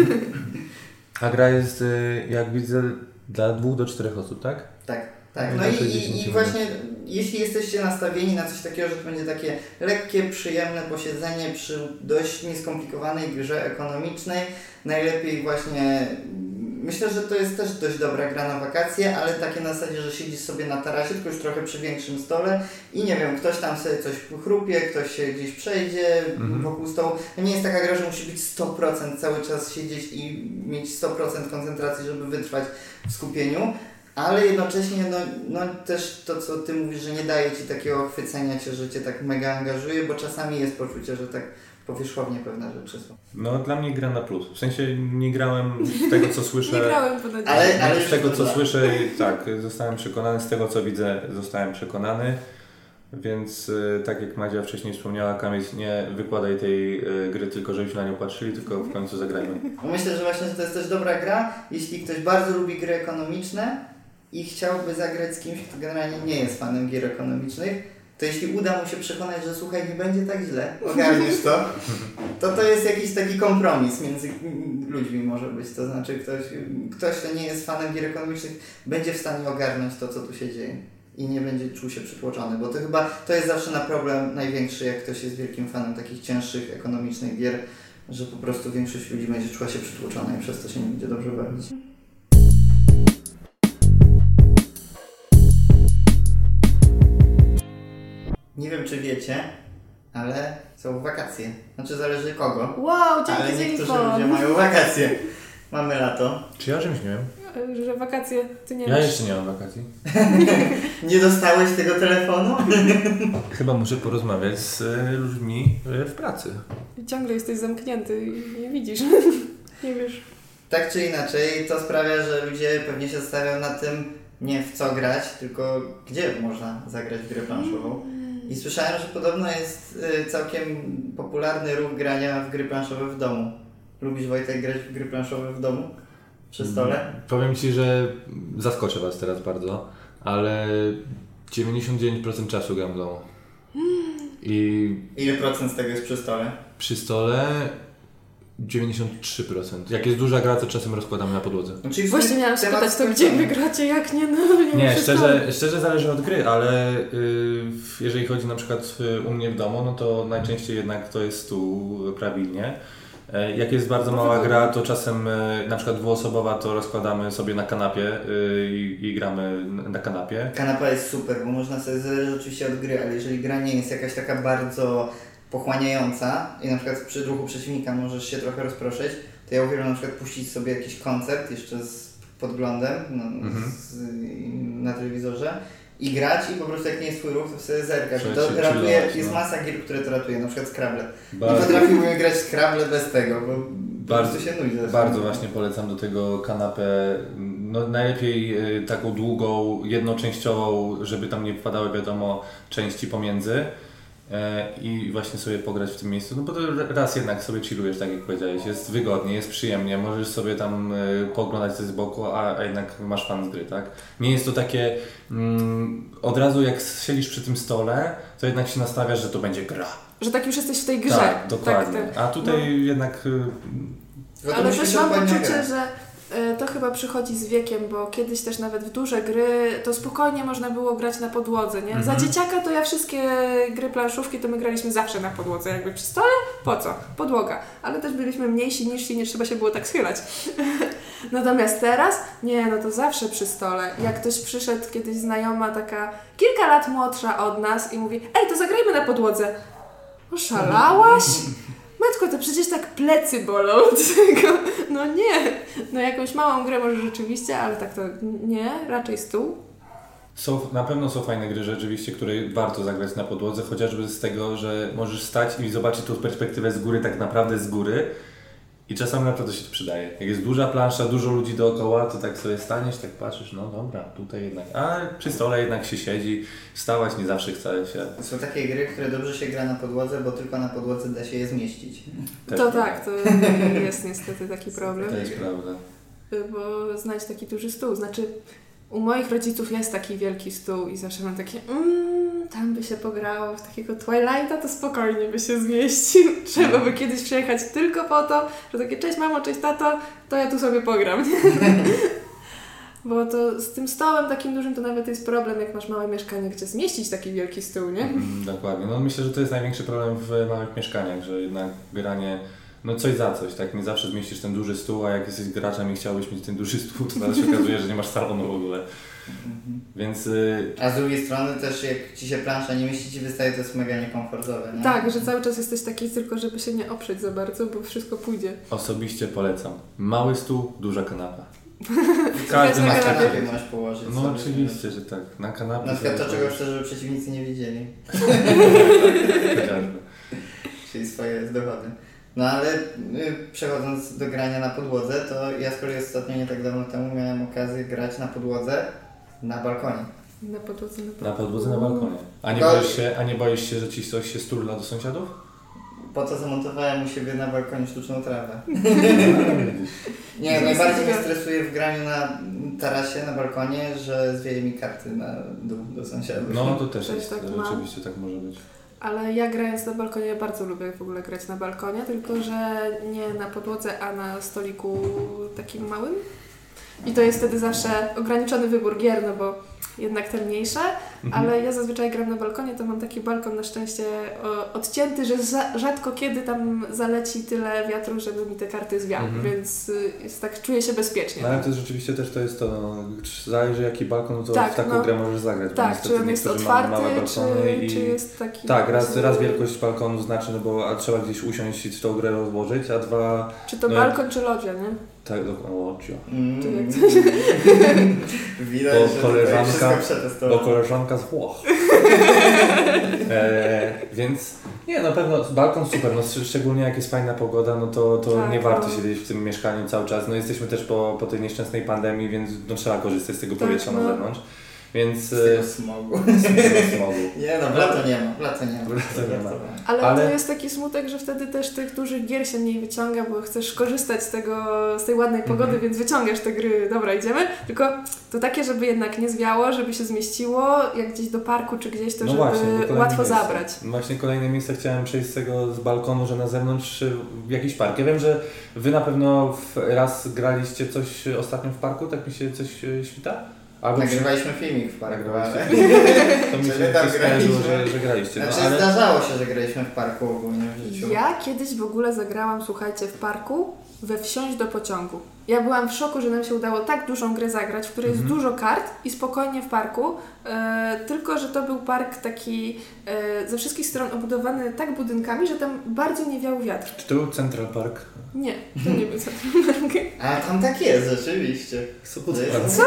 A gra jest, jak widzę, dla 2 do 4 osób, tak? Tak. No i właśnie jeśli jesteście nastawieni na coś takiego, że to będzie takie lekkie, przyjemne posiedzenie przy dość nieskomplikowanej grze ekonomicznej, najlepiej właśnie, myślę, że to jest też dość dobra gra na wakacje, ale takie na zasadzie, że siedzisz sobie na tarasie, tylko już trochę przy większym stole i nie wiem, ktoś tam sobie coś chrupie, ktoś się gdzieś przejdzie wokół stołu. To nie jest taka gra, że musi być 100% cały czas siedzieć i mieć 100% koncentracji, żeby wytrwać w skupieniu. Ale jednocześnie też to, co ty mówisz, że nie daje ci takiego chwycenia cię, że cię tak mega angażuje, bo czasami jest poczucie, że tak powierzchownie pewne rzeczy są. No dla mnie gra na plus. W sensie nie grałem z tego co słyszę. Nie grałem ponad Ale z tego co słyszę, tak, zostałem przekonany, z tego co widzę, zostałem przekonany. Więc tak jak Madzia wcześniej wspomniała, Kamil, nie wykładaj tej gry tylko żebyśmy na nią patrzyli, tylko w końcu zagrajmy. Myślę, że właśnie że to jest też dobra gra, jeśli ktoś bardzo lubi gry ekonomiczne i chciałby zagrać z kimś, kto generalnie nie jest fanem gier ekonomicznych, to jeśli uda mu się przekonać, że słuchaj, nie będzie tak źle, ogarniesz to jest jakiś taki kompromis między ludźmi może być. To znaczy ktoś, kto nie jest fanem gier ekonomicznych, będzie w stanie ogarnąć to, co tu się dzieje. I nie będzie czuł się przytłoczony, bo to jest zawsze problem największy, jak ktoś jest wielkim fanem takich cięższych, ekonomicznych gier, że po prostu większość ludzi będzie czuła się przytłoczona i przez to się nie będzie dobrze bawić. Nie wiem, czy wiecie, ale są wakacje. Znaczy zależy kogo. Wow, ale dzięki za niektórzy info. ludzie mają wakacje. Mamy lato. Czy ja czymś nie wiem? Że wakacje ty nie Ja masz. jeszcze nie mam wakacji. Nie dostałeś tego telefonu? Chyba muszę porozmawiać z ludźmi w pracy. Ciągle jesteś zamknięty i nie widzisz. Nie wiesz. Tak czy inaczej, to sprawia, że ludzie pewnie się zastanawiają na tym, nie w co grać, tylko gdzie można zagrać w grę planszową. I słyszałem, że podobno jest całkiem popularny ruch grania w gry planszowe w domu. Lubisz, Wojtek, grać w gry planszowe w domu? Przy stole? Powiem Ci, że zaskoczę Was teraz bardzo, ale 99% czasu gram w domu. I Ile procent z tego jest przy stole? przy stole 93%. Jak jest duża gra, to czasem rozkładamy na podłodze. No, czyli Właśnie miałam temat spytać, to gdzie skończony. wy gracie, jak nie, no Nie, wszystko. szczerze zależy od gry, ale jeżeli chodzi na przykład u mnie w domu, no to najczęściej jednak to jest stół prawilnie. Jak jest bardzo mała gra, to czasem na przykład dwuosobowa, to rozkładamy sobie na kanapie i gramy na kanapie. Kanapa jest super, bo można sobie, zależy oczywiście od gry, ale jeżeli gra nie jest jakaś taka bardzo pochłaniająca i na przykład przy ruchu przeciwnika możesz się trochę rozproszyć, to ja uwielbiam na przykład puścić sobie jakiś koncert jeszcze z podglądem na telewizorze i grać i po prostu jak nie jest twój ruch, to sobie zerkać. To ratuje, jest masa gier, które to ratuje, na przykład Scrabble. Nie potrafiłbym grać w Scrabble bez tego, bo po prostu się nudzi. Bardzo właśnie polecam do tego kanapę, no najlepiej taką długą, jednoczęściową, żeby tam nie wpadały wiadomo części pomiędzy i właśnie sobie pograć w tym miejscu, no bo to raz jednak sobie chillujesz, tak jak powiedziałeś, jest wygodnie, jest przyjemnie, możesz sobie tam pooglądać coś z boku, a jednak masz fan z gry, tak? Nie jest to takie, od razu jak siedzisz przy tym stole, to jednak się nastawiasz, że to będzie gra. Że tak już jesteś w tej grze. Tak, dokładnie. Tak, a tutaj jednak... Ale też mam poczucie, że to chyba przychodzi z wiekiem, bo kiedyś też nawet w duże gry to spokojnie można było grać na podłodze, nie? Za dzieciaka to ja wszystkie gry planszówki to my graliśmy zawsze na podłodze, jakby przy stole, po co? Podłoga. Ale też byliśmy mniejsi, niżsi, nie trzeba się było tak schylać. Natomiast teraz, nie, no to zawsze przy stole. Jak ktoś przyszedł, kiedyś znajoma taka kilka lat młodsza od nas i mówi, ej, to zagrajmy na podłodze. Oszalałaś? Matko, to przecież tak plecy bolą od tego. No nie. No jakąś małą grę może rzeczywiście, ale tak to nie. Raczej stół. Na pewno są fajne gry rzeczywiście, które warto zagrać na podłodze, chociażby z tego, że możesz stać i zobaczyć tą perspektywę z góry, tak naprawdę z góry. I czasami naprawdę się to przydaje. Jak jest duża plansza, dużo ludzi dookoła, to tak sobie staniesz, tak patrzysz, no dobra, tutaj jednak. A przy stole jednak się siedzi, wstawać nie zawsze chce się. Są takie gry, które dobrze się gra na podłodze, bo tylko na podłodze da się je zmieścić. To tak, to jest niestety taki problem. To jest prawda. Bo znaleźć taki duży stół. Znaczy, u moich rodziców jest taki wielki stół i zawsze mam takie tam by się pograło w takiego Twilighta, to spokojnie by się zmieścił. Trzeba by kiedyś przyjechać tylko po to, że takie cześć mamo, cześć tato, to ja tu sobie pogram. Bo to z tym stołem takim dużym to nawet jest problem, jak masz małe mieszkanie, gdzie zmieścić taki wielki stół, nie? Dokładnie. No myślę, że to jest największy problem w małych mieszkaniach, że jednak granie, no coś za coś, tak? Nie zawsze zmieścisz ten duży stół, a jak jesteś graczem i chciałbyś mieć ten duży stół, to teraz się okazuje, że nie masz salonu w ogóle. Więc... A z drugiej strony też jak Ci się plansza nie mieści, Ci wystaje, to jest mega niekomfortowe, nie? Tak, że cały czas jesteś taki tylko, żeby się nie oprzeć za bardzo, bo wszystko pójdzie. Osobiście polecam. Mały stół, duża kanapa. Każdy Na ma kanapie możesz położyć No sobie. oczywiście, że tak. Na kanapie. Na przykład to, czego chcę, żeby przeciwnicy nie widzieli. Chociażby. Czyli swoje dochody. No ale przechodząc do grania na podłodze, to ja z kolei ostatnio nie tak dawno temu miałem okazję grać na podłodze na balkonie. Na podłodze Na podłodze na balkonie. A nie boisz się, że ci coś się sturla do sąsiadów? Po to zamontowałem u siebie na balkonie sztuczną trawę. Nie, najbardziej mnie stresuje w graniu na tarasie, na balkonie, że zwieje mi karty na dół do sąsiadów. No to też jest, tak rzeczywiście tak może być. Ale ja grając na balkonie bardzo lubię w ogóle grać na balkonie, tylko że nie na podłodze, a na stoliku takim małym. I to jest wtedy zawsze ograniczony wybór gier, no bo jednak te mniejsze, ale ja zazwyczaj gram na balkonie, to mam taki balkon na szczęście odcięty, że rzadko kiedy tam zaleci tyle wiatru, żeby mi te karty zwiały, więc jest tak czuję się bezpiecznie. No, ale to rzeczywiście też to jest to, no, zależy jaki balkon, to tak, w taką grę możesz zagrać. Tak, czy on jest otwarty, czy jest taki... Tak, raz wielkość balkonu znaczy, no bo trzeba gdzieś usiąść i w tą grę rozłożyć, a dwa... Czy to balkon, czy lodzia, nie? Tak, lodzia. Widać, bo koleżanka z Włoch. Więc nie, na pewno balkon super, no szczególnie jak jest fajna pogoda, no to tak, nie warto siedzieć w tym mieszkaniu cały czas. No jesteśmy też po tej nieszczęsnej pandemii, więc no, trzeba korzystać z tego powietrza na zewnątrz. Więc... Z tego smogu. Nie no, w lato nie ma. Ale to jest taki smutek, że wtedy też tych dużych gier się mniej wyciąga, bo chcesz korzystać z tej ładnej pogody, więc wyciągasz te gry, dobra, idziemy. Tylko to takie, żeby jednak nie zwiało, żeby się zmieściło, jak gdzieś do parku czy gdzieś, to no żeby właśnie, łatwo zabrać. Właśnie kolejne miejsce chciałem przejść z balkonu, że na zewnątrz w jakiś park. Ja wiem, że Wy na pewno raz graliście coś ostatnio w parku, tak mi się coś świta? Nagrywaliśmy filmik w parku, ale... To mi się skojarzyło, że graliście. Znaczy ale... zdarzało się, że graliśmy w parku ogólnie w życiu. Ja kiedyś w ogóle zagrałam, słuchajcie, w parku we Wsiąść do pociągu. Ja byłam w szoku, że nam się udało tak dużą grę zagrać, w której jest dużo kart i spokojnie w parku, tylko że to był park taki ze wszystkich stron obudowany tak budynkami, że tam bardzo nie wiał wiatr. Czy to był Central Park? Nie, to nie był Central Park. A tam tak jest rzeczywiście. Co?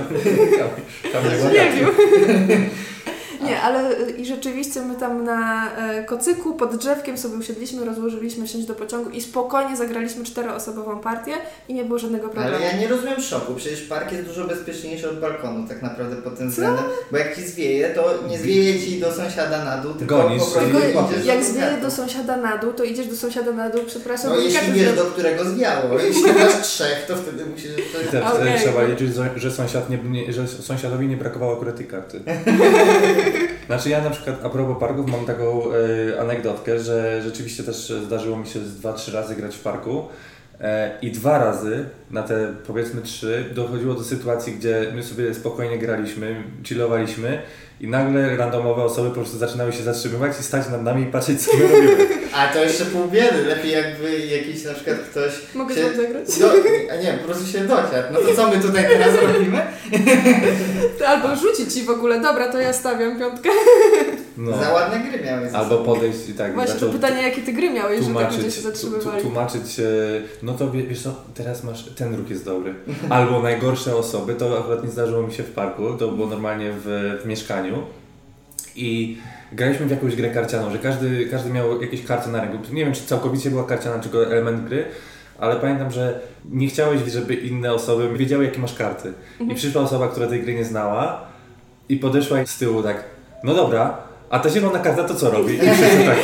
Nie wiem. Nie, ale i rzeczywiście my tam na kocyku pod drzewkiem sobie usiedliśmy, rozłożyliśmy Wsiąść do pociągu i spokojnie zagraliśmy 4-osobową partię i nie było żadnego problemu. Ale ja nie rozumiem szoku, przecież park jest dużo bezpieczniejszy od balkonu tak naprawdę pod tym względem, bo jak ci zwieje, to nie zwieje ci do sąsiada na dół, tylko gonisz, po prostu idziesz jak zwieje do sąsiada na dół, to idziesz do sąsiada na dół, przepraszam. No jeśli wiesz, do którego zwiało, jeśli masz 3, to wtedy musisz... Wtedy trzeba liczyć, że sąsiadowi nie brakowało akurat tej karty. Znaczy ja na przykład a propos parków mam taką anegdotkę, że rzeczywiście też zdarzyło mi się 2-3 razy grać w parku i 2 razy na te powiedzmy 3 dochodziło do sytuacji, gdzie my sobie spokojnie graliśmy, chillowaliśmy i nagle randomowe osoby po prostu zaczynały się zatrzymywać i stać nad nami i patrzeć co my robimy. A to jeszcze pół biedy, lepiej jakby jakiś na przykład ktoś... Mogę się zagrać? A nie, po prostu się dosiadł. No to co my tutaj teraz robimy? Albo rzucić ci w ogóle, dobra, to ja stawiam 5. No. Za ładne gry miałeś. Albo podejść i tak. Właśnie to pytanie, jakie ty gry miałeś, że tak ludzie się zatrzymywali. Tłumaczyć, no to wiesz co, teraz masz, ten ruch jest dobry. Albo najgorsze osoby, to akurat nie zdarzyło mi się w parku, to było normalnie w mieszkaniu i graliśmy w jakąś grę karcianą, że każdy miał jakieś karty na ręku. Nie wiem, czy całkowicie była karciana, czy tylko element gry, ale pamiętam, że nie chciałeś, żeby inne osoby wiedziały, jakie masz karty. I przyszła osoba, która tej gry nie znała i podeszła z tyłu tak, no dobra, a ta zielona karta to co robi? I wszyscy tak,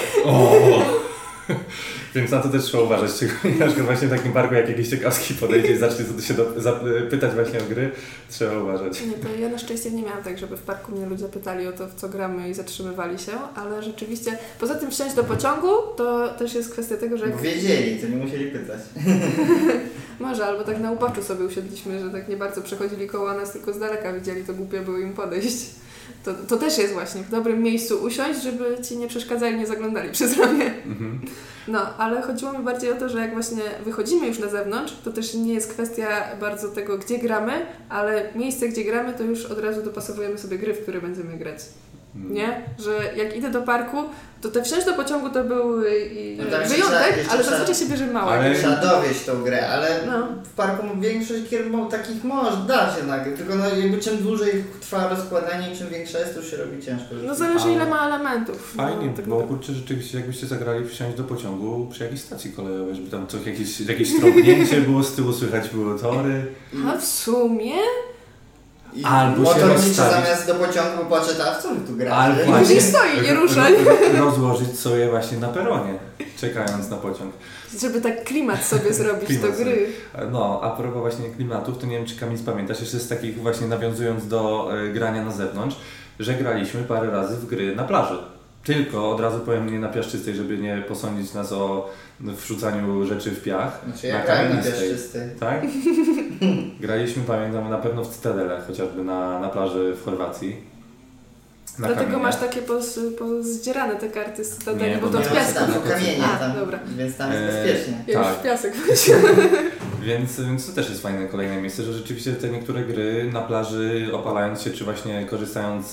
Więc na to też trzeba uważać, szczególnie na przykład właśnie w takim parku, jak jakiś ciekawski podejdzie i zacznie się pytać właśnie o gry, trzeba uważać. Nie, to ja na szczęście nie miałam tak, żeby w parku mnie ludzie pytali o to, w co gramy i zatrzymywali się, ale rzeczywiście, poza tym Wsiąść do pociągu, to też jest kwestia tego, że... Bo wiedzieli, to nie musieli pytać. Może, albo tak na uboczu sobie usiedliśmy, że tak nie bardzo przechodzili koło nas, tylko z daleka widzieli, to głupio było im podejść. To też jest właśnie w dobrym miejscu usiąść, żeby ci nie przeszkadzali, nie zaglądali przez ramię. No, ale chodziło mi bardziej o to, że jak właśnie wychodzimy już na zewnątrz, to też nie jest kwestia bardzo tego, gdzie gramy, ale miejsce, gdzie gramy, to już od razu dopasowujemy sobie gry, w które będziemy grać. nie? Że jak idę do parku, to te wsiąść do pociągu to był No tam wyjątek, jeszcze ale trzeba- zazwyczaj się bierze małe. Ale- Trzeba dowieść tą grę, ale No. w parku większość gier takich da się nagrać, tylko no jakby czym dłużej trwa rozkładanie i czym większa jest, to już się robi ciężko. No zależy Ale- ile ma elementów. Fajnie, tak bo naprawdę. kurczę, rzeczywiście jakbyście zagrali wsiąść do pociągu przy jakiejś stacji kolejowej, żeby tam jakieś strąbnięcie było z tyłu, słychać było tory. A w sumie? I Albo się motorniczy rozstawić. zamiast do pociągu poczyta, a w co wy tu gracie? Albo właśnie- Później stoi, nie ruszaj. Rozłożyć sobie właśnie na peronie, czekając na pociąg. Żeby tak klimat sobie zrobić Klimat do gry. No, a propos właśnie klimatów, to nie wiem, czy Kamil pamiętasz, jeszcze z takich właśnie nawiązując do grania na zewnątrz, że graliśmy parę razy w gry na plaży. Tylko od razu powiem nie na piaszczystej, żeby nie posądzić nas o wrzucaniu rzeczy w piach. Znaczy ja grałem na kamienistej. piaszczysty. Tak? Graliśmy, pamiętam, na pewno w Cytadele, chociażby na plaży w Chorwacji. Na Dlatego kamieniach. masz takie pozdzierane te karty z Cytadeli, Nie, bo bo to nie w Nie, piasku. tam są kamienie, A, tam, dobra. więc tam jest bezpiecznie. Ja już Tak. w piasek Więc to też jest fajne kolejne miejsce, że rzeczywiście te niektóre gry na plaży opalając się, czy właśnie korzystając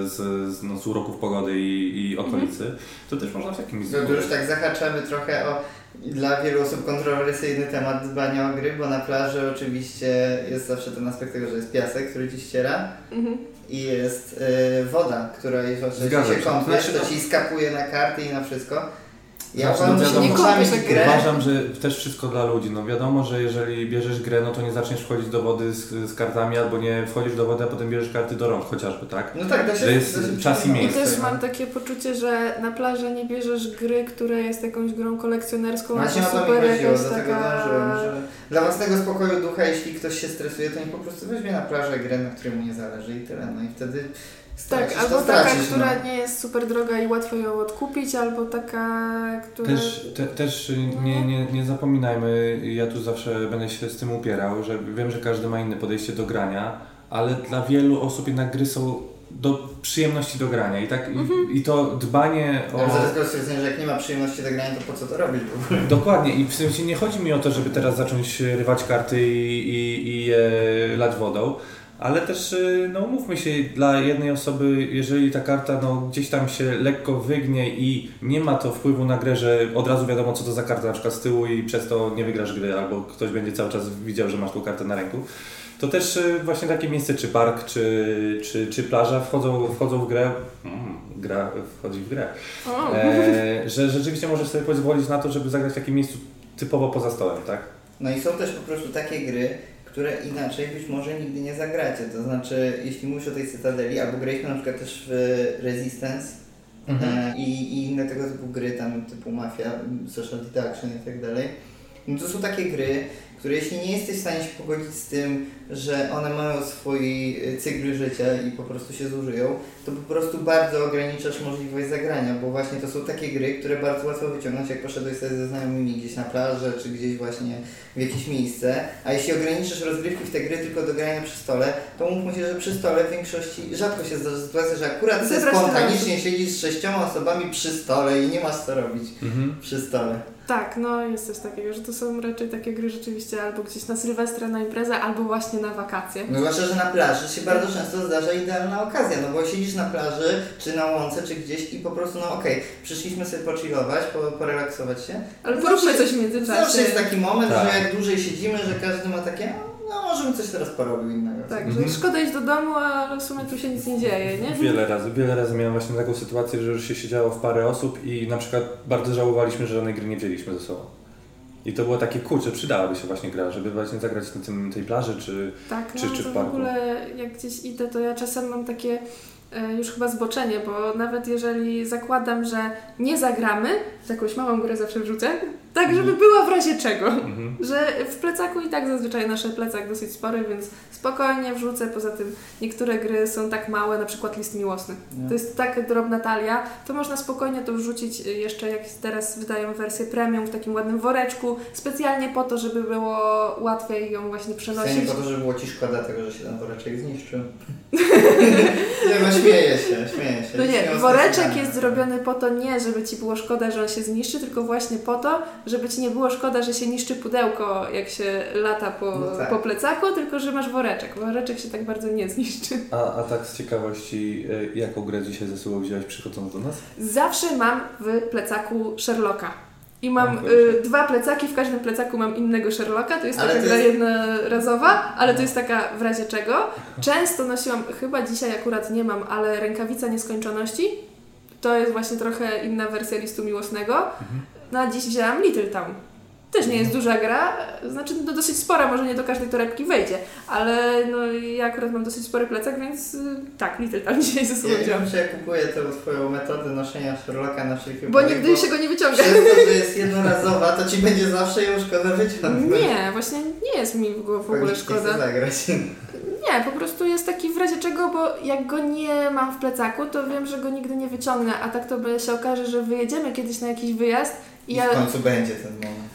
z uroków pogody i okolicy, to też można w takim miejscu. To już tak zahaczamy trochę o dla wielu osób kontrowersyjny temat dbania o gry, bo na plaży oczywiście jest zawsze ten aspekt tego, że jest piasek, który ci ściera i jest woda, która jeżeli Zgadza się się. kąpiesz, Znaczy, to no- ci skapuje na karty i na wszystko. Ja Znaczy, uważam, no że wiadomo, nie można kąpiesz mieć jak grę. Uważam, że też wszystko dla ludzi. No wiadomo, że jeżeli bierzesz grę, no to nie zaczniesz wchodzić do wody z kartami, albo nie wchodzisz do wody, a potem bierzesz karty do rąk chociażby, tak? No tak, da się, Że jest da się czas i przyjmować. I miejsce. też mam takie poczucie, że na plaży nie bierzesz gry, która jest jakąś grą kolekcjonerską, Właśnie albo o to mi super chodziło, jakaś do tego taka... dążyłem, że dla własnego spokoju ducha, jeśli ktoś się stresuje, to nie po prostu weźmie na plażę grę, na której mu nie zależy i tyle, no i wtedy Tak, stracisz, albo to taka, stracisz, która no. nie jest super droga i łatwo ją odkupić, albo taka, która... Też nie zapominajmy, ja tu zawsze będę się z tym upierał, że wiem, że każdy ma inne podejście do grania, ale dla wielu osób jednak gry są do przyjemności do grania i tak i to dbanie o... Ale zaraz go stwierdzenie, że jak nie ma przyjemności do grania, to po co to robić w ogóle? Dokładnie i w sensie nie chodzi mi o to, żeby teraz zacząć rywać karty i je lać wodą, ale też, no umówmy się, dla jednej osoby, jeżeli ta karta no, gdzieś tam się lekko wygnie i nie ma to wpływu na grę, że od razu wiadomo co to za karta na przykład z tyłu i przez to nie wygrasz gry albo ktoś będzie cały czas widział, że masz tą kartę na ręku, to też właśnie takie miejsce, czy park, czy plaża wchodzą w grę, gra wchodzi w grę, O. że rzeczywiście możesz sobie pozwolić na to, żeby zagrać w takim miejscu typowo poza stołem, tak? No i są też po prostu takie gry, które inaczej być może nigdy nie zagracie. To znaczy, jeśli mówisz o tej Cytadeli, albo graliśmy na przykład też w Resistance i inne tego typu gry, tam typu Mafia, Social Deduction i tak dalej, no to są takie gry, które jeśli nie jesteś w stanie się pogodzić z tym, że one mają swój cykl życia i po prostu się zużyją, to po prostu bardzo ograniczasz możliwość zagrania, bo właśnie to są takie gry, które bardzo łatwo wyciągnąć, jak poszedłeś sobie ze znajomymi gdzieś na plażę, czy gdzieś właśnie w jakieś miejsce, a jeśli ograniczysz rozgrywki w te gry tylko do grania przy stole, to mówmy się, że przy stole w większości rzadko się zdarza sytuacja, że akurat sobie Zebrać spontanicznie siedzisz z 6 osobami przy stole i nie masz co robić przy stole. Tak, no jest coś takiego, że to są raczej takie gry rzeczywiście albo gdzieś na Sylwestra, na imprezę, albo właśnie na wakacje. No zwłaszcza, że na plaży się bardzo często zdarza idealna okazja, no bo siedzisz na plaży, czy na łące, czy gdzieś i po prostu, no okej, przyszliśmy sobie pochillować, porelaksować się. Ale No poróbmy zawsze- coś w międzyczasie. Zawsze jest taki moment, Tak. że jak dłużej siedzimy, że każdy ma takie, no możemy coś teraz porobił innego. Tak, że szkoda iść do domu, ale w sumie tu się nic nie dzieje, nie? Wiele razy miałem właśnie taką sytuację, że już się siedziało w parę osób i na przykład bardzo żałowaliśmy, że żadnej gry nie wzięliśmy ze sobą. I to było takie, kurczę, przydałaby się właśnie gra, żeby właśnie zagrać na tej plaży, czy Tak, no czy to w w parku. ogóle jak gdzieś idę, to ja czasem mam takie już chyba zboczenie, bo nawet jeżeli zakładam, że nie zagramy, to jakąś małą grę zawsze wrzucę, tak żeby była w razie czego. Że w plecaku i tak zazwyczaj nasz plecak dosyć spory, więc spokojnie wrzucę. Poza tym niektóre gry są tak małe, na przykład List Miłosny. No. To jest tak drobna talia, to można spokojnie to wrzucić jeszcze, jak teraz wydają wersję premium w takim ładnym woreczku, specjalnie po to, żeby było łatwiej ją właśnie W przenosić. sensie po to, żeby było ci szkoda tego, że się ten woreczek zniszczył. Nie no, śmieję się. No nie, Śmieję woreczek się. jest zrobiony po to nie, żeby Ci było szkoda, że on się zniszczy, tylko właśnie po to, żeby ci nie było szkoda, że się niszczy pudełko, jak się lata po plecaku, tylko że masz woreczek. Woreczek się tak bardzo nie zniszczy. A tak z ciekawości, jaką grę dzisiaj ze sobą wziąłeś przychodząc do nas? Zawsze mam w plecaku Sherlocka. I mam 2 plecaki, w każdym plecaku mam innego Sherlocka, to jest taka gra jednorazowa, ale to jest taka w razie czego. Często nosiłam, chyba dzisiaj akurat nie mam, ale Rękawica Nieskończoności. To jest właśnie trochę inna wersja Listu Miłosnego. No a dziś wzięłam Little Town. Też nie jest duża gra, znaczy no dosyć spora, może nie do każdej torebki wejdzie, ale no ja akurat mam dosyć spory plecak, więc tak, Little Town dzisiaj ze sobą wziąłam. Ja wiem, że ja kupuję tę twoją metodę noszenia Sherlocka na wszelki Bo nigdy się go nie wyciąga. Przez to, że jest jednorazowa, to ci będzie zawsze ją szkoda wyciągnąć. Nie, właśnie nie jest mi go w ogóle szkoda. Zagrać. Nie, po prostu jest taki w razie czego, bo jak go nie mam w plecaku, to wiem, że go nigdy nie wyciągnę, a tak to by się okaże, że wyjedziemy kiedyś na jakiś wyjazd i w końcu będzie ten moment.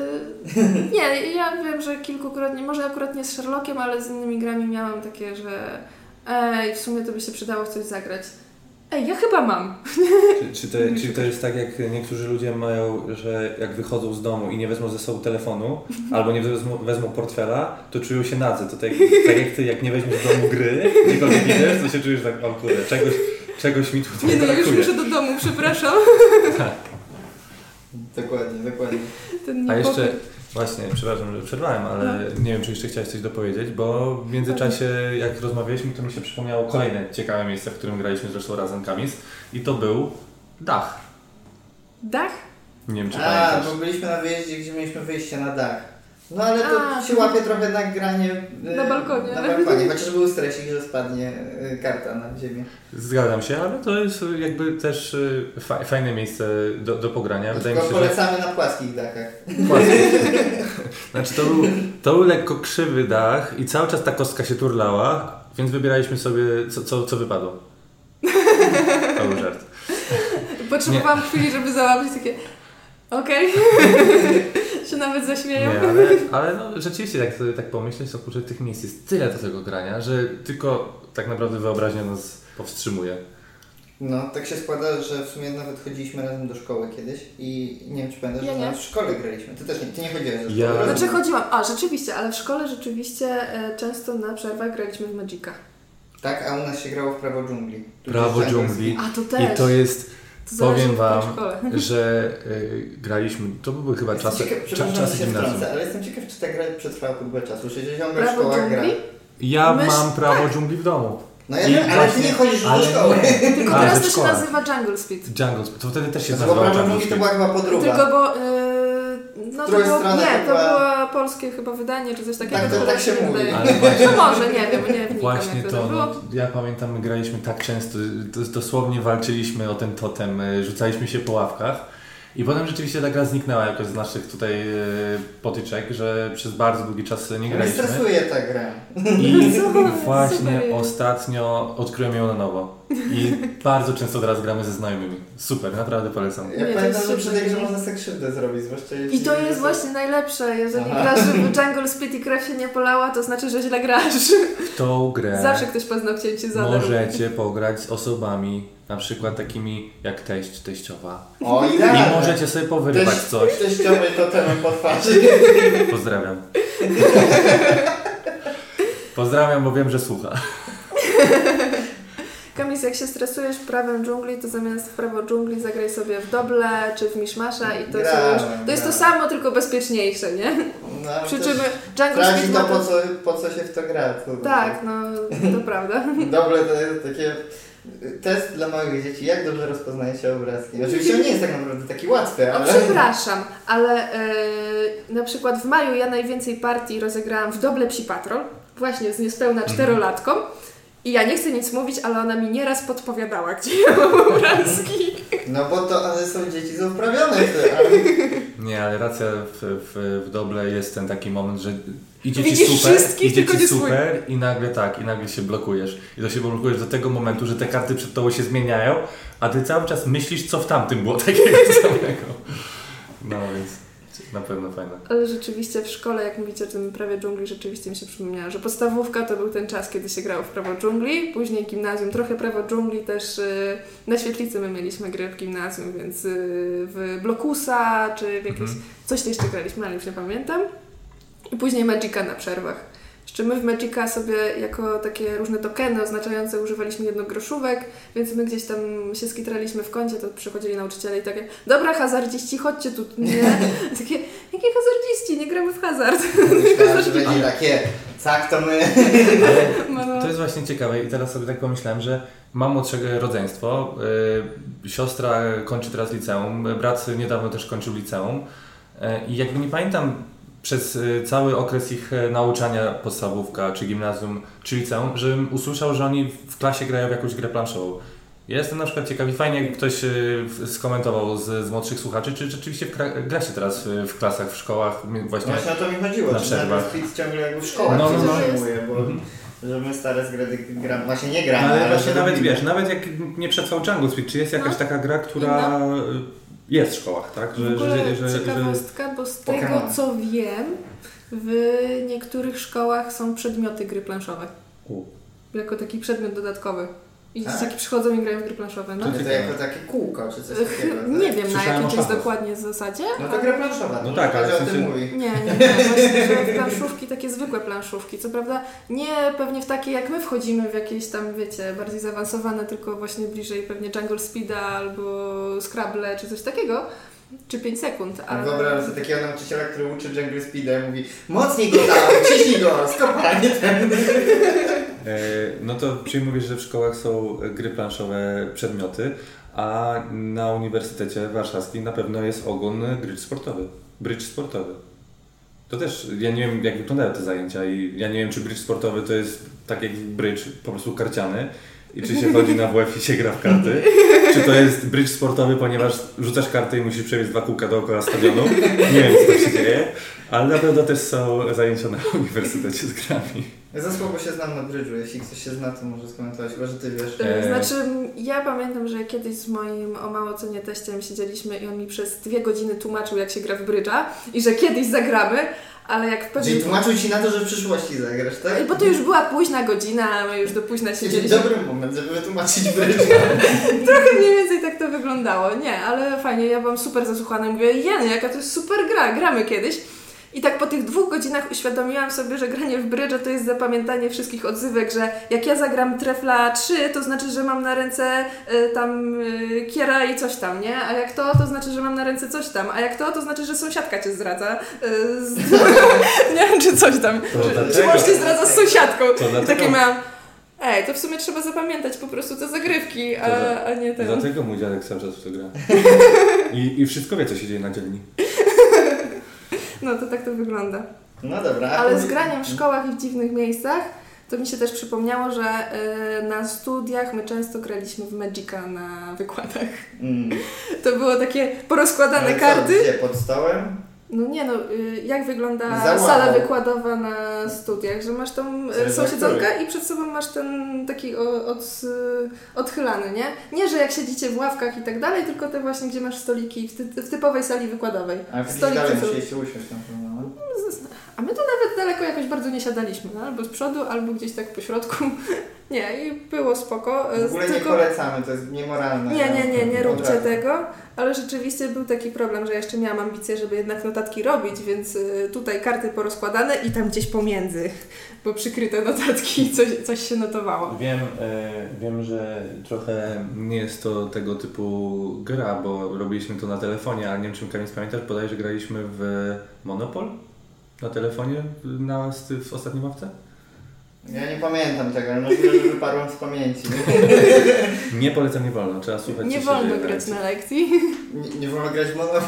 Nie, ja wiem, że kilkukrotnie, może akurat nie z Sherlockiem, ale z innymi grami miałam takie, że w sumie to by się przydało w coś zagrać. Ja chyba mam. Czy to jest tak, jak niektórzy ludzie mają, że jak wychodzą z domu i nie wezmą ze sobą telefonu, albo nie wezmą portfela, to czują się nadzy. To tak jak ty, jak nie weźmiesz z domu gry, gdziekolwiek idziesz, to się czujesz tak, o kurde, czegoś mi tutaj brakuje. Ja już muszę do domu, przepraszam. Tak. Dokładnie. A jeszcze, właśnie, przepraszam, że przerwałem, ale nie wiem, czy jeszcze chciałeś coś dopowiedzieć, bo w międzyczasie, jak rozmawialiśmy, to mi się przypomniało kolejne ciekawe miejsce, w którym graliśmy zresztą razem, Kamis, i to był dach. Dach? Nie wiem, czy pamiętasz. Bo byliśmy na wyjeździe, gdzie mieliśmy wyjście na dach. No ale to się łapie trochę nagranie na balkonie. Chociaż był stresik, że spadnie karta na ziemię. Zgadzam się, ale to jest jakby też fajne miejsce do pogrania. Wydaje mi się, polecamy na płaskich dachach. Znaczy to był lekko krzywy dach i cały czas ta kostka się turlała, więc wybieraliśmy sobie co wypadło. To był żart. Potrzebowałam chwili, żeby załapać takie okej. Się nawet zaśmieją. Nie, ale no, rzeczywiście tak pomyśleć, to kurczę, tych miejsc jest tyle do tego grania, że tylko tak naprawdę wyobraźnia nas powstrzymuje. No, tak się składa, że w sumie nawet chodziliśmy razem do szkoły kiedyś i nie wiem, czy pamiętasz, że nawet w szkole graliśmy. Ty też nie chodziłeś do szkoły. Znaczy chodziłam, rzeczywiście, ale w szkole rzeczywiście często na przerwach graliśmy w Magica. Tak, a u nas się grało w Prawo Dżungli. Prawo Dżungli. A to też. I to jest... Powiem Wam, że graliśmy, to były chyba czasy gimnazjum. Ale jestem ciekaw, czy ta gra przetrwała po długo czasu. Czy ciągle w szkołach gra? Ja mam Prawo Dżungli w domu. No ja wiem, ale ty nie chodzisz do szkoły. Tylko teraz to się nazywa Jungle Speed. Jungle Speed, to wtedy też się nazywało Jungle Speed. To była chyba podróba. Tylko bo... to było polskie chyba wydanie, czy coś takiego. Tak się mówi. No może, nie wiem, nie wnikam. Właśnie to było. Ja pamiętam, my graliśmy tak często, dosłownie walczyliśmy o ten totem, rzucaliśmy się po ławkach. I potem rzeczywiście ta gra zniknęła jakoś z naszych tutaj potyczek, że przez bardzo długi czas nie graliśmy. Nie stresuje ta gra. I właśnie ostatnio odkryłem ją na nowo. I bardzo często teraz gramy ze znajomymi. Super, naprawdę polecam. Ja pamiętam, że przy tej grze można sobie krzywdę zrobić, zwłaszcza jeśli... I to jest właśnie najlepsze. Jeżeli grasz w Jungle Speed i krew się nie polała, to znaczy, że źle grasz. W tą grę zawsze ktoś paznokciem cię zadarł. Możecie pograć z osobami, na przykład takimi jak teść, teściowa. O, i możecie sobie powyrywać coś. Teściowy totemem po twarzy. Pozdrawiam. Pozdrawiam, bo wiem, że słucha. Kamis, jak się stresujesz prawem dżungli, to zamiast w prawo dżungli zagraj sobie w doble czy w miszmasza i to jest to samo, tylko bezpieczniejsze, nie? No, przy czym Jungle Speed to po co się w to gra. Tak, no to prawda. Doble to jest takie test dla małych dzieci, jak dobrze rozpoznaje się obrazki. Oczywiście on nie jest tak naprawdę taki łatwy, ale... Przepraszam, ale na przykład w maju ja najwięcej partii rozegrałam w doble Psi Patrol, właśnie z niespełna 4-latką. I ja nie chcę nic mówić, ale ona mi nieraz podpowiadała, gdzie ja mam obrazki. No bo to one są dzieci zaprawione. Nie, ale racja w doble jest ten taki moment, że idzie ci super i nagle się blokujesz. I to się blokujesz do tego momentu, że te karty przed tobą się zmieniają, a ty cały czas myślisz, co w tamtym było takiego samego. No więc Na pewno fajne. Ale rzeczywiście w szkole, jak mówicie o tym prawie dżungli, rzeczywiście mi się przypomniało, że podstawówka to był ten czas, kiedy się grało w prawo dżungli, później gimnazjum, trochę prawo dżungli też na Świetlicy my mieliśmy gry w gimnazjum, więc w Blokusa, czy w jakieś, coś jeszcze graliśmy, ale już nie pamiętam. I później Magica na przerwach. Jeszcze my w Magica sobie jako takie różne tokeny oznaczające używaliśmy jednogroszówek, więc my gdzieś tam się skitraliśmy w kącie, to przychodzili nauczyciele i takie, dobra hazardziści, chodźcie tu, nie? Takie, jakie hazardziści, nie gramy w hazard. Myślałem, że będzie takie, tak to my. To jest właśnie ciekawe i teraz sobie tak pomyślałem, że mam młodszego rodzeństwo, siostra kończy teraz liceum, brat niedawno też kończył liceum i jakby nie pamiętam przez cały okres ich nauczania, podstawówka, czy gimnazjum, czy liceum, żebym usłyszał, że oni w klasie grają w jakąś grę planszową. Ja jestem na przykład ciekawy, fajnie jak ktoś skomentował z młodszych słuchaczy, czy rzeczywiście gra się teraz w klasach, w szkołach, właśnie o to mi chodziło, na czy ten Speed ciągle jakby w szkołach bo że my stare z gry gramy, właśnie nie gramy, ale właśnie nawet wiesz, nawet jak nie przetrwał Jungle Speed, czy jest jakaś taka gra, która jest w szkołach, tak? Ciekawostka, bo z tego co wiem, w niektórych szkołach są przedmioty gry planszowe. Jako taki przedmiot dodatkowy. I dzieciaki przychodzą i grają w gry planszowe. No. To jako takie kółko, czy coś takiego? Nie wiem na jakiej to jest dokładnie zasadzie. No to gra planszowa. No tak, ale o tym mówi. Nie. Właśnie, że planszówki, takie zwykłe planszówki. Co prawda nie pewnie w takie jak my wchodzimy w jakieś tam, wiecie, bardziej zaawansowane, tylko właśnie bliżej pewnie Jungle Speeda albo Scrabble czy coś takiego. Czy 5 sekund. Ale... Wyobrażam sobie takiego nauczyciela, który uczy Jungle Speeda i mówi mocniej go dałem, ciśnij go, stopa, nie ten. No to czyli mówisz, że w szkołach są gry planszowe, przedmioty, a na Uniwersytecie Warszawskim na pewno jest ogon bridge sportowy. To też, ja nie wiem jak wyglądają te zajęcia i ja nie wiem czy bridge sportowy to jest tak jak bridge po prostu karciany i czy się chodzi na WF i się gra w karty, czy to jest bridge sportowy, ponieważ rzucasz kartę i musisz przebiec 2 kółka dookoła stadionu. Nie wiem co tam się dzieje, ale na pewno też są zajęcia na Uniwersytecie z grami. Ja za słabo się znam na brydżu, jeśli ktoś się zna, to może skomentować, chyba że ty wiesz. Znaczy, ja pamiętam, że kiedyś z moim o mało co nie teściem siedzieliśmy i on mi przez 2 godziny tłumaczył, jak się gra w brydża i że kiedyś zagramy, ale jak w pewnym... Czyli tłumaczył ci na to, że w przyszłości zagrasz, tak? Bo to już była późna godzina, a my już do późna siedzieliśmy. Dobry moment, żeby wytłumaczyć brydża. Trochę mniej więcej tak to wyglądało. Nie, ale fajnie, ja byłam super zasłuchana i mówię, Jany, jaka to jest super gra, gramy kiedyś. I tak po tych 2 godzinach uświadomiłam sobie, że granie w brydża to jest zapamiętanie wszystkich odzywek, że jak ja zagram trefla 3, to znaczy, że mam na ręce kiera i coś tam, nie? A jak to znaczy, że mam na ręce coś tam. A jak to znaczy, że sąsiadka cię zdradza. Nie? Czy coś tam. Czy mąż cię zdradza z sąsiadką. I takie miałam... to w sumie trzeba zapamiętać po prostu te zagrywki, a nie ten. Dlatego mój dziadek cały czas w to gra. I wszystko wie, co się dzieje na dzielni. No to tak to wygląda. No dobra. Ale z graniem w szkołach i w dziwnych miejscach, to mi się też przypomniało, że na studiach my często graliśmy w Magica na wykładach. To było takie porozkładane karty. Gdzie, pod stołem? No nie no, jak wygląda sala wykładowa na studiach, że masz tą sąsiedzonkę i przed sobą masz ten taki odchylany, nie? Nie, że jak siedzicie w ławkach i tak dalej, tylko te właśnie, gdzie masz stoliki w typowej sali wykładowej. A w dalej musieliście usiąść na pewno. A my to nawet daleko jakoś bardzo nie siadaliśmy, no? Albo z przodu, albo gdzieś tak po środku. Nie, i było spoko. W ogóle nie polecamy, to jest niemoralne. Nie róbcie tego, ale rzeczywiście był taki problem, że jeszcze miałam ambicje, żeby jednak notatki robić, więc tutaj karty porozkładane i tam gdzieś pomiędzy, bo przykryte notatki coś się notowało. Wiem, że trochę nie jest to tego typu gra, bo robiliśmy to na telefonie, ale nie wiem czy Kamil pamiętasz, bodajże graliśmy w Monopol na telefonie w ostatniej ławce? Ja nie pamiętam tego, ale możliwe, że wyparłam z pamięci. Nie polecam, nie wolno, trzeba słuchać. Nie wolno grać na lekcji. Nie wolno grać w Monopol.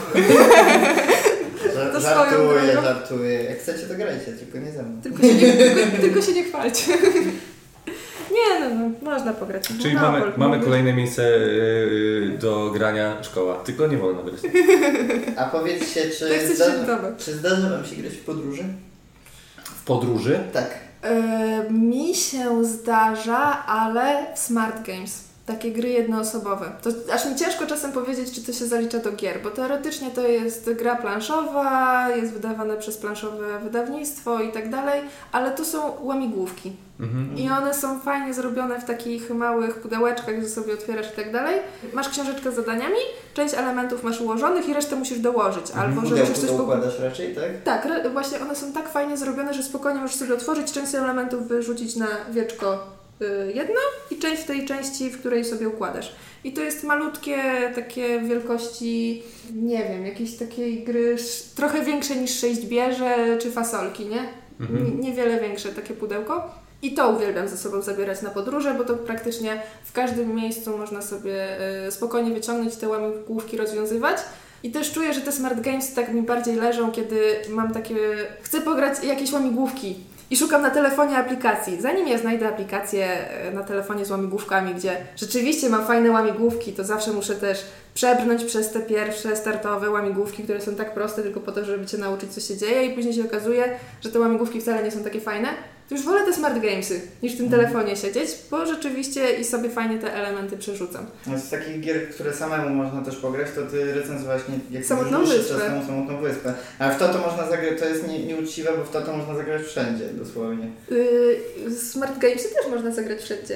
Żartuję. Jak chcecie, to grajcie, tylko nie ze mną. Tylko się nie chwalcie. Nie, no, można pograć. Czyli mamy kolejne miejsce do grania szkoła, tylko nie wolno grać. A powiedzcie, czy zdarza wam się grać w podróży? W podróży? Tak. Mi się zdarza, ale w Smart Games. takie gry jednoosobowe. To aż mi ciężko czasem powiedzieć, czy to się zalicza do gier, bo teoretycznie to jest gra planszowa, jest wydawana przez planszowe wydawnictwo i tak dalej, ale to są łamigłówki. I one są fajnie zrobione w takich małych pudełeczkach, że sobie otwierasz i tak dalej. Masz książeczkę z zadaniami, część elementów masz ułożonych i resztę musisz dołożyć. Albo że musisz coś układasz raczej, tak? Tak, właśnie one są tak fajnie zrobione, że spokojnie możesz sobie otworzyć, część elementów wyrzucić na wieczko jedno i część w tej części, w której sobie układasz. I to jest malutkie, takie wielkości, nie wiem, jakiejś takiej gry trochę większe niż 6 bierze czy fasolki, nie? Niewiele większe takie pudełko. I to uwielbiam ze sobą zabierać na podróże, bo to praktycznie w każdym miejscu można sobie spokojnie wyciągnąć te łamigłówki, rozwiązywać. I też czuję, że te smart games tak mi bardziej leżą, kiedy mam takie... Chcę pograć jakieś łamigłówki i szukam na telefonie aplikacji. Zanim ja znajdę aplikację na telefonie z łamigłówkami, gdzie rzeczywiście mam fajne łamigłówki, to zawsze muszę też przebrnąć przez te pierwsze startowe łamigłówki, które są tak proste tylko po to, żeby Cię nauczyć, co się dzieje i później się okazuje, że te łamigłówki wcale nie są takie fajne. To już wolę te smart gamesy niż w tym telefonie siedzieć, bo rzeczywiście i sobie fajnie te elementy przerzucam. No z takich gier, które samemu można też pograć, to Ty recenzowałeś Samotną wyspę. Samotną wyspę. Ale w to można zagrać, to jest nieuczciwe, bo w to można zagrać wszędzie, dosłownie. Smart gamesy też można zagrać wszędzie.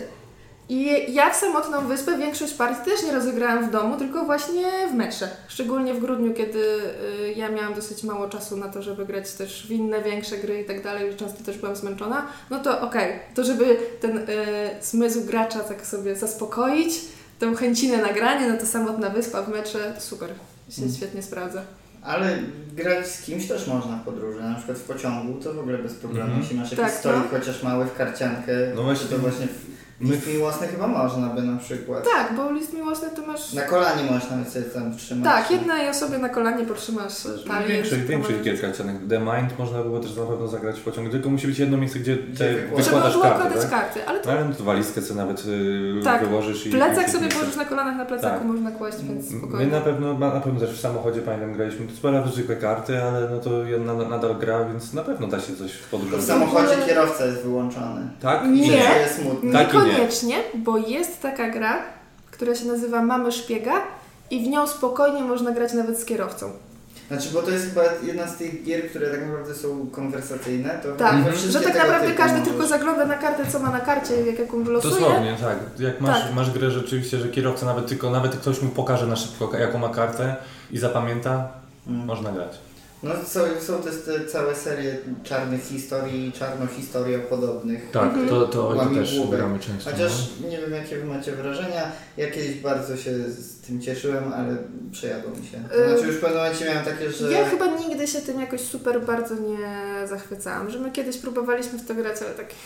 I ja w Samotną wyspę większość partii też nie rozegrałam w domu, tylko właśnie w metrze. Szczególnie w grudniu, kiedy ja miałam dosyć mało czasu na to, żeby grać też w inne, większe gry i tak dalej, że często też byłam zmęczona. No to okej, to żeby ten zmysł gracza tak sobie zaspokoić, tą chęcinę nagrania, no to Samotna wyspa w metrze, super, się świetnie sprawdza. Ale grać z kimś też można w podróży, na przykład w pociągu, to w ogóle bez problemu, jeśli masz jakiś stolik chociaż mały w karciankę, no właśnie, to właśnie list miłosny chyba można by na przykład. Tak, bo list miłosny to masz... Na kolanie możesz nawet sobie tam trzymać. Tak, jednej osobie na kolanie potrzymasz talię. Większość gier karcianek. The Mind można było też na pewno zagrać w pociągu, tylko musi być jedno miejsce, gdzie wykładasz karty, tak? karty, ale to... Ale no to walizkę sobie nawet wyłożysz i... Plecak sobie położysz na kolanach, na plecaku można kłaść, więc spokojnie. My na pewno też w samochodzie, pamiętam, graliśmy, to sporo zwykłe karty, ale no to jedna nadal gra, więc na pewno da się coś w podróży. W samochodzie kierowca jest wyłączony. Tak? Nie, jest smutny. Niekoniecznie, bo jest taka gra, która się nazywa Mamy Szpiega i w nią spokojnie można grać nawet z kierowcą. Znaczy, bo to jest chyba jedna z tych gier, które tak naprawdę są konwersacyjne. To tak, że tak naprawdę każdy tylko zagląda na kartę, co ma na karcie, jaką wylosuje. Dosłownie, tak. Jak masz grę rzeczywiście, że kierowca nawet ktoś mu pokaże na szybko, jaką ma kartę i zapamięta, można grać. No są też te całe serie czarnych historii, czarnohistoriopodobnych. Tak, to też gramy często. Chociaż nie wiem, jakie wy macie wrażenia. Ja kiedyś bardzo się z tym cieszyłem, ale przejadło mi się. Znaczy już w pewnym momencie miałem takie, że... Ja chyba nigdy się tym jakoś super bardzo nie zachwycałam, że my kiedyś próbowaliśmy w to grać, ale tak...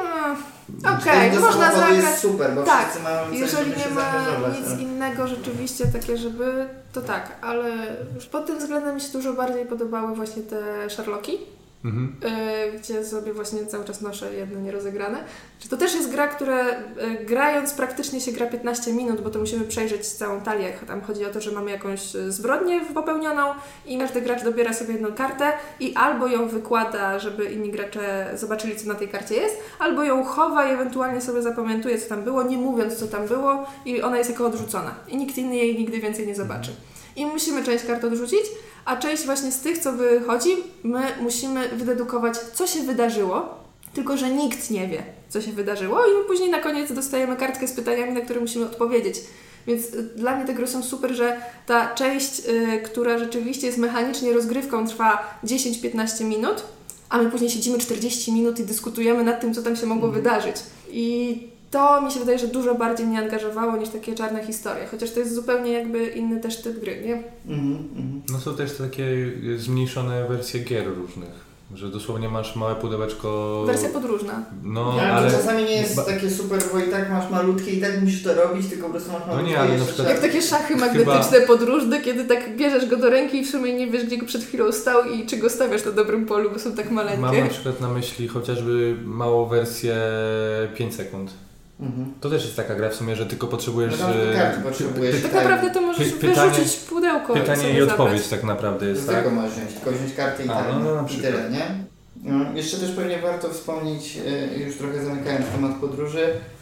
Okej, to można zagrać. jest super, bo tak, wszyscy mają coś, jeżeli żeby się nie ma zaangażować. nic innego rzeczywiście takie, żeby... To tak, ale pod tym względem mi się dużo bardziej podobały właśnie te Sherlocki, gdzie sobie właśnie cały czas noszę jedno nierozegrane. To też jest gra, która grając praktycznie się gra 15 minut, bo to musimy przejrzeć całą talię. Tam chodzi o to, że mamy jakąś zbrodnię popełnioną i każdy gracz dobiera sobie jedną kartę i albo ją wykłada, żeby inni gracze zobaczyli, co na tej karcie jest, albo ją chowa i ewentualnie sobie zapamiętuje, co tam było, nie mówiąc, co tam było i ona jest jako odrzucona. I nikt inny jej nigdy więcej nie zobaczy. I musimy część kart odrzucić, a część właśnie z tych, co wychodzi, my musimy wydedukować, co się wydarzyło, tylko że nikt nie wie, co się wydarzyło i my później na koniec dostajemy kartkę z pytaniami, na które musimy odpowiedzieć. Więc dla mnie te gry są super, że ta część, która rzeczywiście jest mechanicznie rozgrywką, trwa 10-15 minut, a my później siedzimy 40 minut i dyskutujemy nad tym, co tam się mogło wydarzyć. I to mi się wydaje, że dużo bardziej mnie angażowało niż takie czarne historie, chociaż to jest zupełnie jakby inny też typ gry, nie? No są też takie zmniejszone wersje gier różnych, że dosłownie masz małe pudełeczko... Wersja podróżna. No, ale czasami nie jest takie super, bo i tak masz malutkie i tak musisz to robić, tylko po prostu masz malutkie. No nie, ale na przykład... Jak takie szachy magnetyczne podróżne, kiedy tak bierzesz go do ręki i w sumie nie wiesz, gdzie go przed chwilą stał i czy go stawiasz na dobrym polu, bo są tak maleńkie. Mam na przykład na myśli chociażby małą wersję 5 sekund. To też jest taka gra w sumie, że tylko potrzebujesz... tak naprawdę to możesz wyrzucić pudełko. Pytanie i odpowiedź tak naprawdę jest, tak? Tego możesz wziąć, tylko wziąć kartę i tyle, nie? Jeszcze też pewnie warto wspomnieć, już trochę zamykając temat podróży,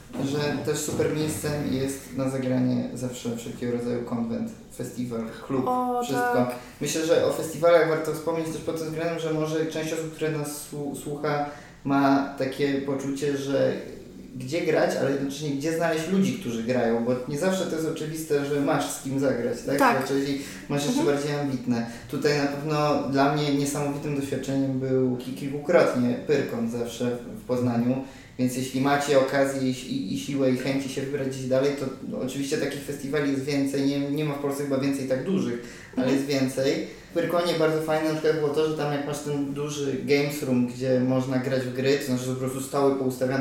że też super miejscem jest na zagranie zawsze wszelkiego rodzaju konwent, festiwal, klub, wszystko. Tak. Myślę, że o festiwalach warto wspomnieć też pod tym względem, że może część osób, które nas słucha, ma takie poczucie, że gdzie grać, ale jednocześnie gdzie znaleźć ludzi, którzy grają, bo nie zawsze to jest oczywiste, że masz z kim zagrać, tak? Tak. Znaczy, jeśli masz jeszcze bardziej ambitne. Tutaj na pewno dla mnie niesamowitym doświadczeniem był kilkukrotnie Pyrkon zawsze w Poznaniu, więc jeśli macie okazję i siłę i chęci się wybrać gdzieś dalej, to oczywiście takich festiwali jest więcej, nie ma w Polsce chyba więcej tak dużych, ale jest więcej. W Pyrkonie bardzo fajne na przykład było to, że tam jak masz ten duży games room, gdzie można grać w gry, to znaczy że po prostu stoły poustawiane,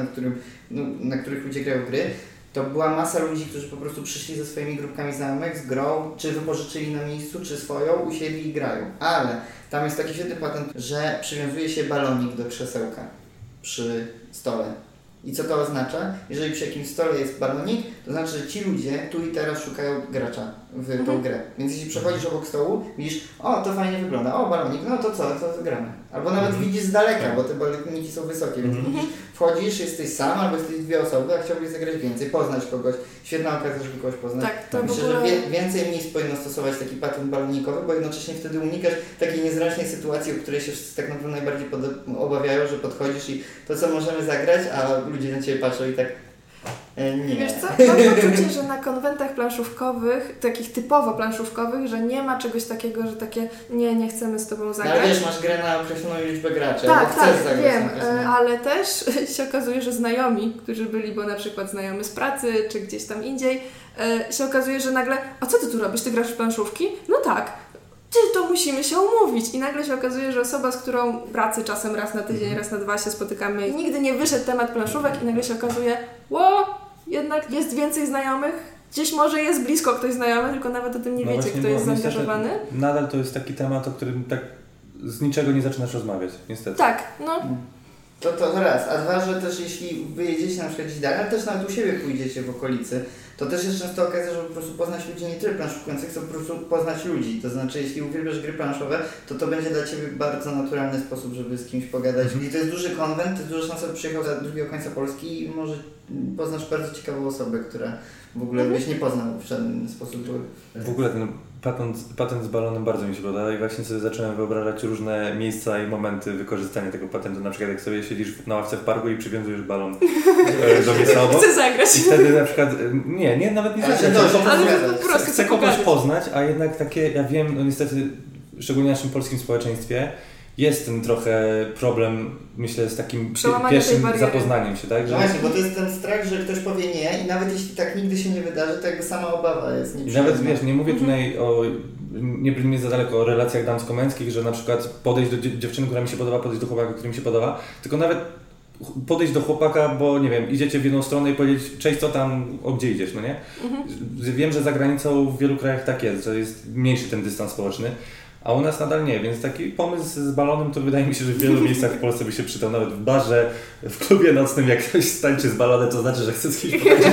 na których ludzie grają w gry, to była masa ludzi, którzy po prostu przyszli ze swoimi grupkami znajomych z grą, czy wypożyczyli na miejscu, czy swoją, usiedli i grają. Ale tam jest taki świetny patent, że przywiązuje się balonik do krzesełka przy stole. I co to oznacza? Jeżeli przy jakimś stole jest balonik, to znaczy, że ci ludzie tu i teraz szukają gracza w tą grę. Więc jeśli przechodzisz obok stołu, widzisz, o to fajnie wygląda, o balonik, no to co, to gramy. Albo nawet widzisz z daleka, bo te baloniki są wysokie, więc widzisz, wchodzisz, jesteś sam, albo jesteś dwie osoby, a chciałbyś zagrać więcej, poznać kogoś. Świetna okazja, żeby kogoś poznać. Tak, to myślę, w ogóle... że więcej miejsc powinno stosować taki patent balonikowy, bo jednocześnie wtedy unikasz takiej niezręcznej sytuacji, o której się wszyscy tak naprawdę najbardziej obawiają, że podchodzisz i to co możemy zagrać, a ludzie na Ciebie patrzą i tak nie. Wiesz co, mam poczucie, że na konwentach planszówkowych, takich typowo planszówkowych, że nie ma czegoś takiego, że takie nie chcemy z Tobą zagrać. Ale wiesz, masz grę na określoną liczbę graczy, tak, albo chcesz tak, zagrać wiem, na określoną. ale też się okazuje, że znajomi, którzy byli, bo na przykład znajomy z pracy, czy gdzieś tam indziej, się okazuje, że nagle, a co Ty tu robisz? Ty grasz w planszówki? No tak. To musimy się umówić. I nagle się okazuje, że osoba, z którą w pracy czasem raz na tydzień, raz na dwa się spotykamy, nigdy nie wyszedł temat planszówek i nagle się okazuje, jednak jest więcej znajomych, gdzieś może jest blisko ktoś znajomy, tylko nawet o tym nie wiecie, kto jest zaangażowany. Nadal to jest taki temat, o którym tak z niczego nie zaczynasz rozmawiać, niestety. Tak, no. To raz, a dwa, że też jeśli wyjedziecie na przykład gdzieś dalej, ale też nawet u siebie pójdziecie w okolicy, to też jest często okazja, żeby po prostu poznać ludzi nie tyle planszówkujących, co po prostu poznać ludzi. To znaczy, jeśli uwielbiasz gry planszowe, to będzie dla Ciebie bardzo naturalny sposób, żeby z kimś pogadać. I to jest duży konwent, to jest duża szansa, że przyjechał z drugiego końca Polski i może poznasz bardzo ciekawą osobę, która w ogóle byś nie poznał w żaden sposób. W ogóle ten patent z balonem bardzo mi się podoba i właśnie sobie zacząłem wyobrażać różne miejsca i momenty wykorzystania tego patentu. Na przykład jak sobie siedzisz na ławce w parku i przywiązujesz balon do miejsca obok. Chcę zagrać. I wtedy na przykład, nie, nawet nie zagrać. Po prostu Chcę kogoś poznać, a jednak takie, ja wiem, no niestety, szczególnie w naszym polskim społeczeństwie, jest ten trochę problem, myślę, z takim pierwszym zapoznaniem się, tak? Że... No właśnie, bo to jest ten strach, że ktoś powie nie i nawet jeśli tak nigdy się nie wydarzy, to jakby sama obawa jest nieprzyjemna. Nawet wiesz, nie mówię tutaj o, nie za daleko o relacjach damsko-męskich, że na przykład podejść do dziewczyny, która mi się podoba, podejść do chłopaka, który mi się podoba, tylko nawet podejść do chłopaka, bo nie wiem, idziecie w jedną stronę i powiedzieć, cześć, co tam, gdzie idziesz, no nie? Wiem, że za granicą w wielu krajach tak jest, że jest mniejszy ten dystans społeczny. A u nas nadal nie, więc taki pomysł z balonem to wydaje mi się, że w wielu miejscach w Polsce by się przydał, nawet w barze, w klubie nocnym, jak ktoś stańczy z balonem, to znaczy, że chce z kimś powiedzieć,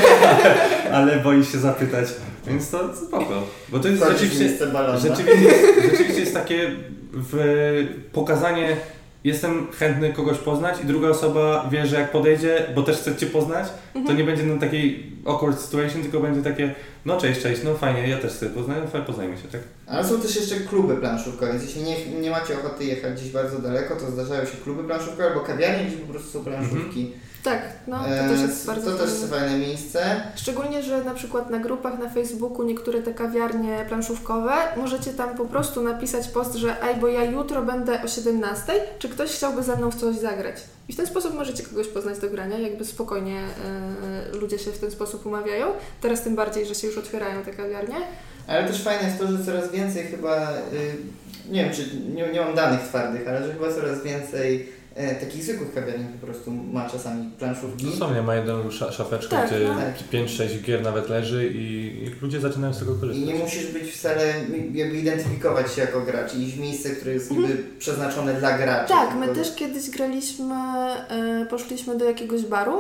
ale boi się zapytać, więc to spoko. Bo to jest rzeczywiście jest takie pokazanie, jestem chętny kogoś poznać i druga osoba wie, że jak podejdzie, bo też chce Cię poznać, to nie będzie na takiej awkward situation, tylko będzie takie, no cześć, no fajnie, ja też chcę poznać, no poznajmy się, tak? Ale są też jeszcze kluby planszówkowe, więc jeśli nie macie ochoty jechać gdzieś bardzo daleko, to zdarzają się kluby planszówkowe albo kawiarnie, gdzie po prostu są planszówki. Tak, no to też jest bardzo fajne. To też jest fajne miejsce. Szczególnie, że na przykład na grupach na Facebooku niektóre te kawiarnie planszówkowe, możecie tam po prostu napisać post, że bo ja jutro będę o 17, czy ktoś chciałby ze mną w coś zagrać. I w ten sposób możecie kogoś poznać do grania, jakby spokojnie ludzie się w ten sposób umawiają. Teraz tym bardziej, że się już otwierają te kawiarnie. Ale też fajne jest to, że coraz więcej chyba, nie wiem, czy nie mam danych twardych, ale że chyba coraz więcej takich zwykłych kawiarni po prostu ma czasami planszówki. Dosłownie ma jedną szafeczkę, tak, gdzie 5-6 gier nawet leży i ludzie zaczynają z tego korzystać. I nie musisz być wcale, jakby identyfikować się jako gracz i iść w miejsce, które jest niby przeznaczone dla graczy. Tak, my też kiedyś graliśmy, poszliśmy do jakiegoś baru.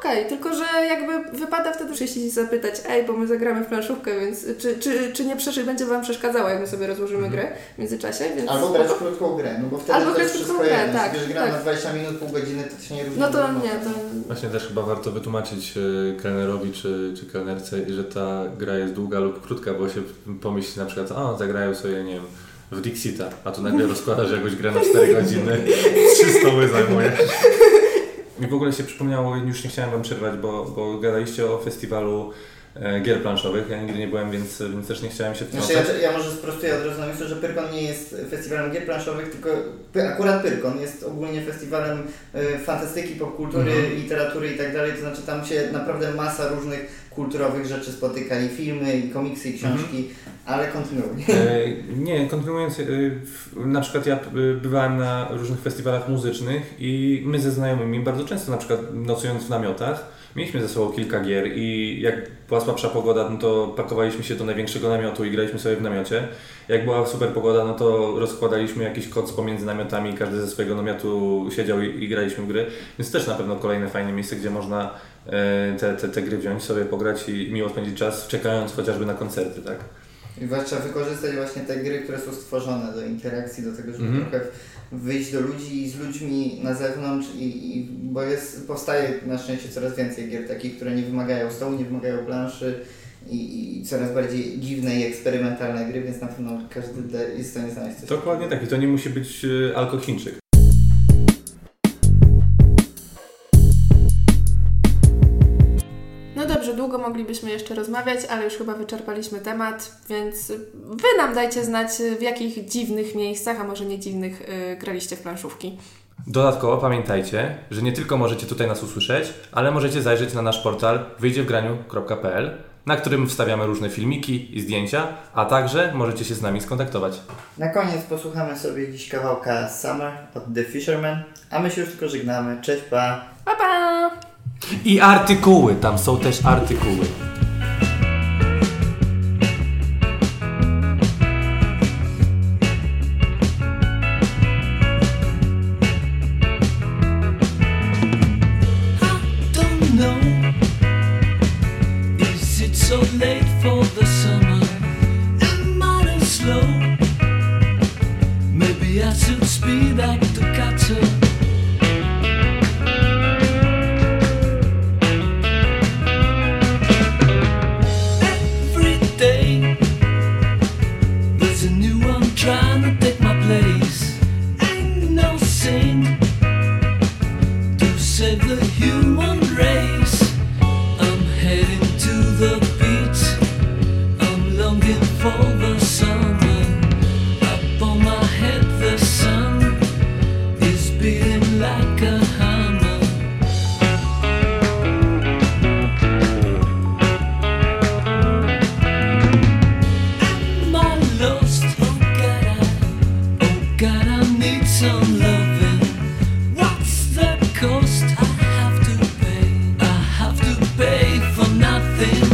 Okej, tylko że jakby wypada wtedy przyjść i zapytać, bo my zagramy w planszówkę, więc czy nie będzie Wam przeszkadzało, jak my sobie rozłożymy grę w międzyczasie? Więc albo grać w krótką grę, no bo wtedy to jest wszystko jedno. Tak, jeśli gra na 20 minut, pół godziny, to się nie różni. No to nie, to... Właśnie też chyba warto wytłumaczyć kelnerowi czy kelnerce, że ta gra jest długa lub krótka, bo się pomyśli na przykład, zagrają sobie, nie wiem, w Dixita, a tu nagle rozkładasz jakąś grę na 4 godziny, 3 stoły zajmuje. Mi w ogóle się przypomniało, już nie chciałem Wam przerwać, bo gadaliście o festiwalu gier planszowych. Ja nigdy nie byłem, więc też nie chciałem się wtrącać. Ja może sprostuję od razu, myślę, że Pyrkon nie jest festiwalem gier planszowych, tylko akurat Pyrkon jest ogólnie festiwalem fantastyki, popkultury, literatury i tak dalej. To znaczy tam się naprawdę masa różnych kulturowych rzeczy spotyka, i filmy, i komiksy, i książki, ale kontynuuj. Nie, kontynuując, na przykład ja bywałem na różnych festiwalach muzycznych i my ze znajomymi bardzo często, na przykład nocując w namiotach, mieliśmy ze sobą kilka gier i jak była słabsza pogoda, no to pakowaliśmy się do największego namiotu i graliśmy sobie w namiocie. Jak była super pogoda, no to rozkładaliśmy jakiś koc pomiędzy namiotami i każdy ze swojego namiotu siedział i graliśmy w gry. Więc też na pewno kolejne fajne miejsce, gdzie można te gry wziąć, sobie pograć i miło spędzić czas, czekając chociażby na koncerty, tak? I trzeba wykorzystać właśnie te gry, które są stworzone do interakcji, do tego, żeby trochę wyjść do ludzi i z ludźmi na zewnątrz, bo powstaje na szczęście coraz więcej gier takich, które nie wymagają stołu, nie wymagają planszy i coraz bardziej dziwne i eksperymentalne gry, więc na pewno każdy jest w stanie znaleźć coś. Dokładnie tak i to nie musi być alkochińczyk. No dobrze, długo moglibyśmy jeszcze rozmawiać, ale już chyba wyczerpaliśmy temat, więc Wy nam dajcie znać, w jakich dziwnych miejscach, a może nie dziwnych, graliście w planszówki. Dodatkowo pamiętajcie, że nie tylko możecie tutaj nas usłyszeć, ale możecie zajrzeć na nasz portal wyjdziewgraniu.pl, na którym wstawiamy różne filmiki i zdjęcia, a także możecie się z nami skontaktować. Na koniec posłuchamy sobie dziś kawałka Summer od The Fisherman, a my się już tylko żegnamy. Cześć, pa! Pa, pa! I artykuły, tam są też artykuły. So late for the summer and mine is slow. Maybe I should speed up the cutter. Every day there's a new one trying to take my place. Ain't no sin to save the human race. I'm heading to the for the summer. Up on my head the sun is beating like a hammer. Am I lost? Oh God, I need some loving. What's the cost I have to pay? I have to pay for nothing.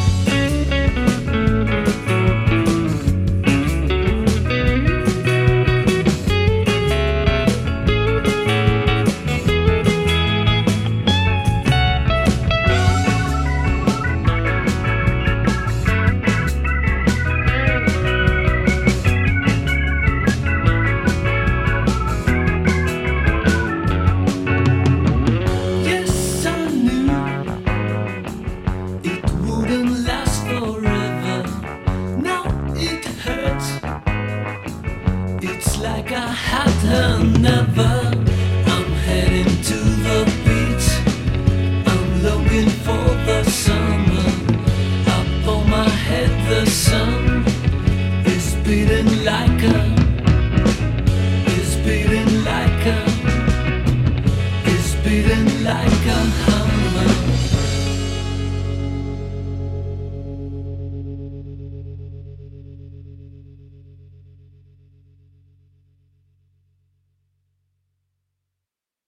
It's like I had her never. I'm heading to the beach. I'm longing for the summer. Up on my head the sun is beating like a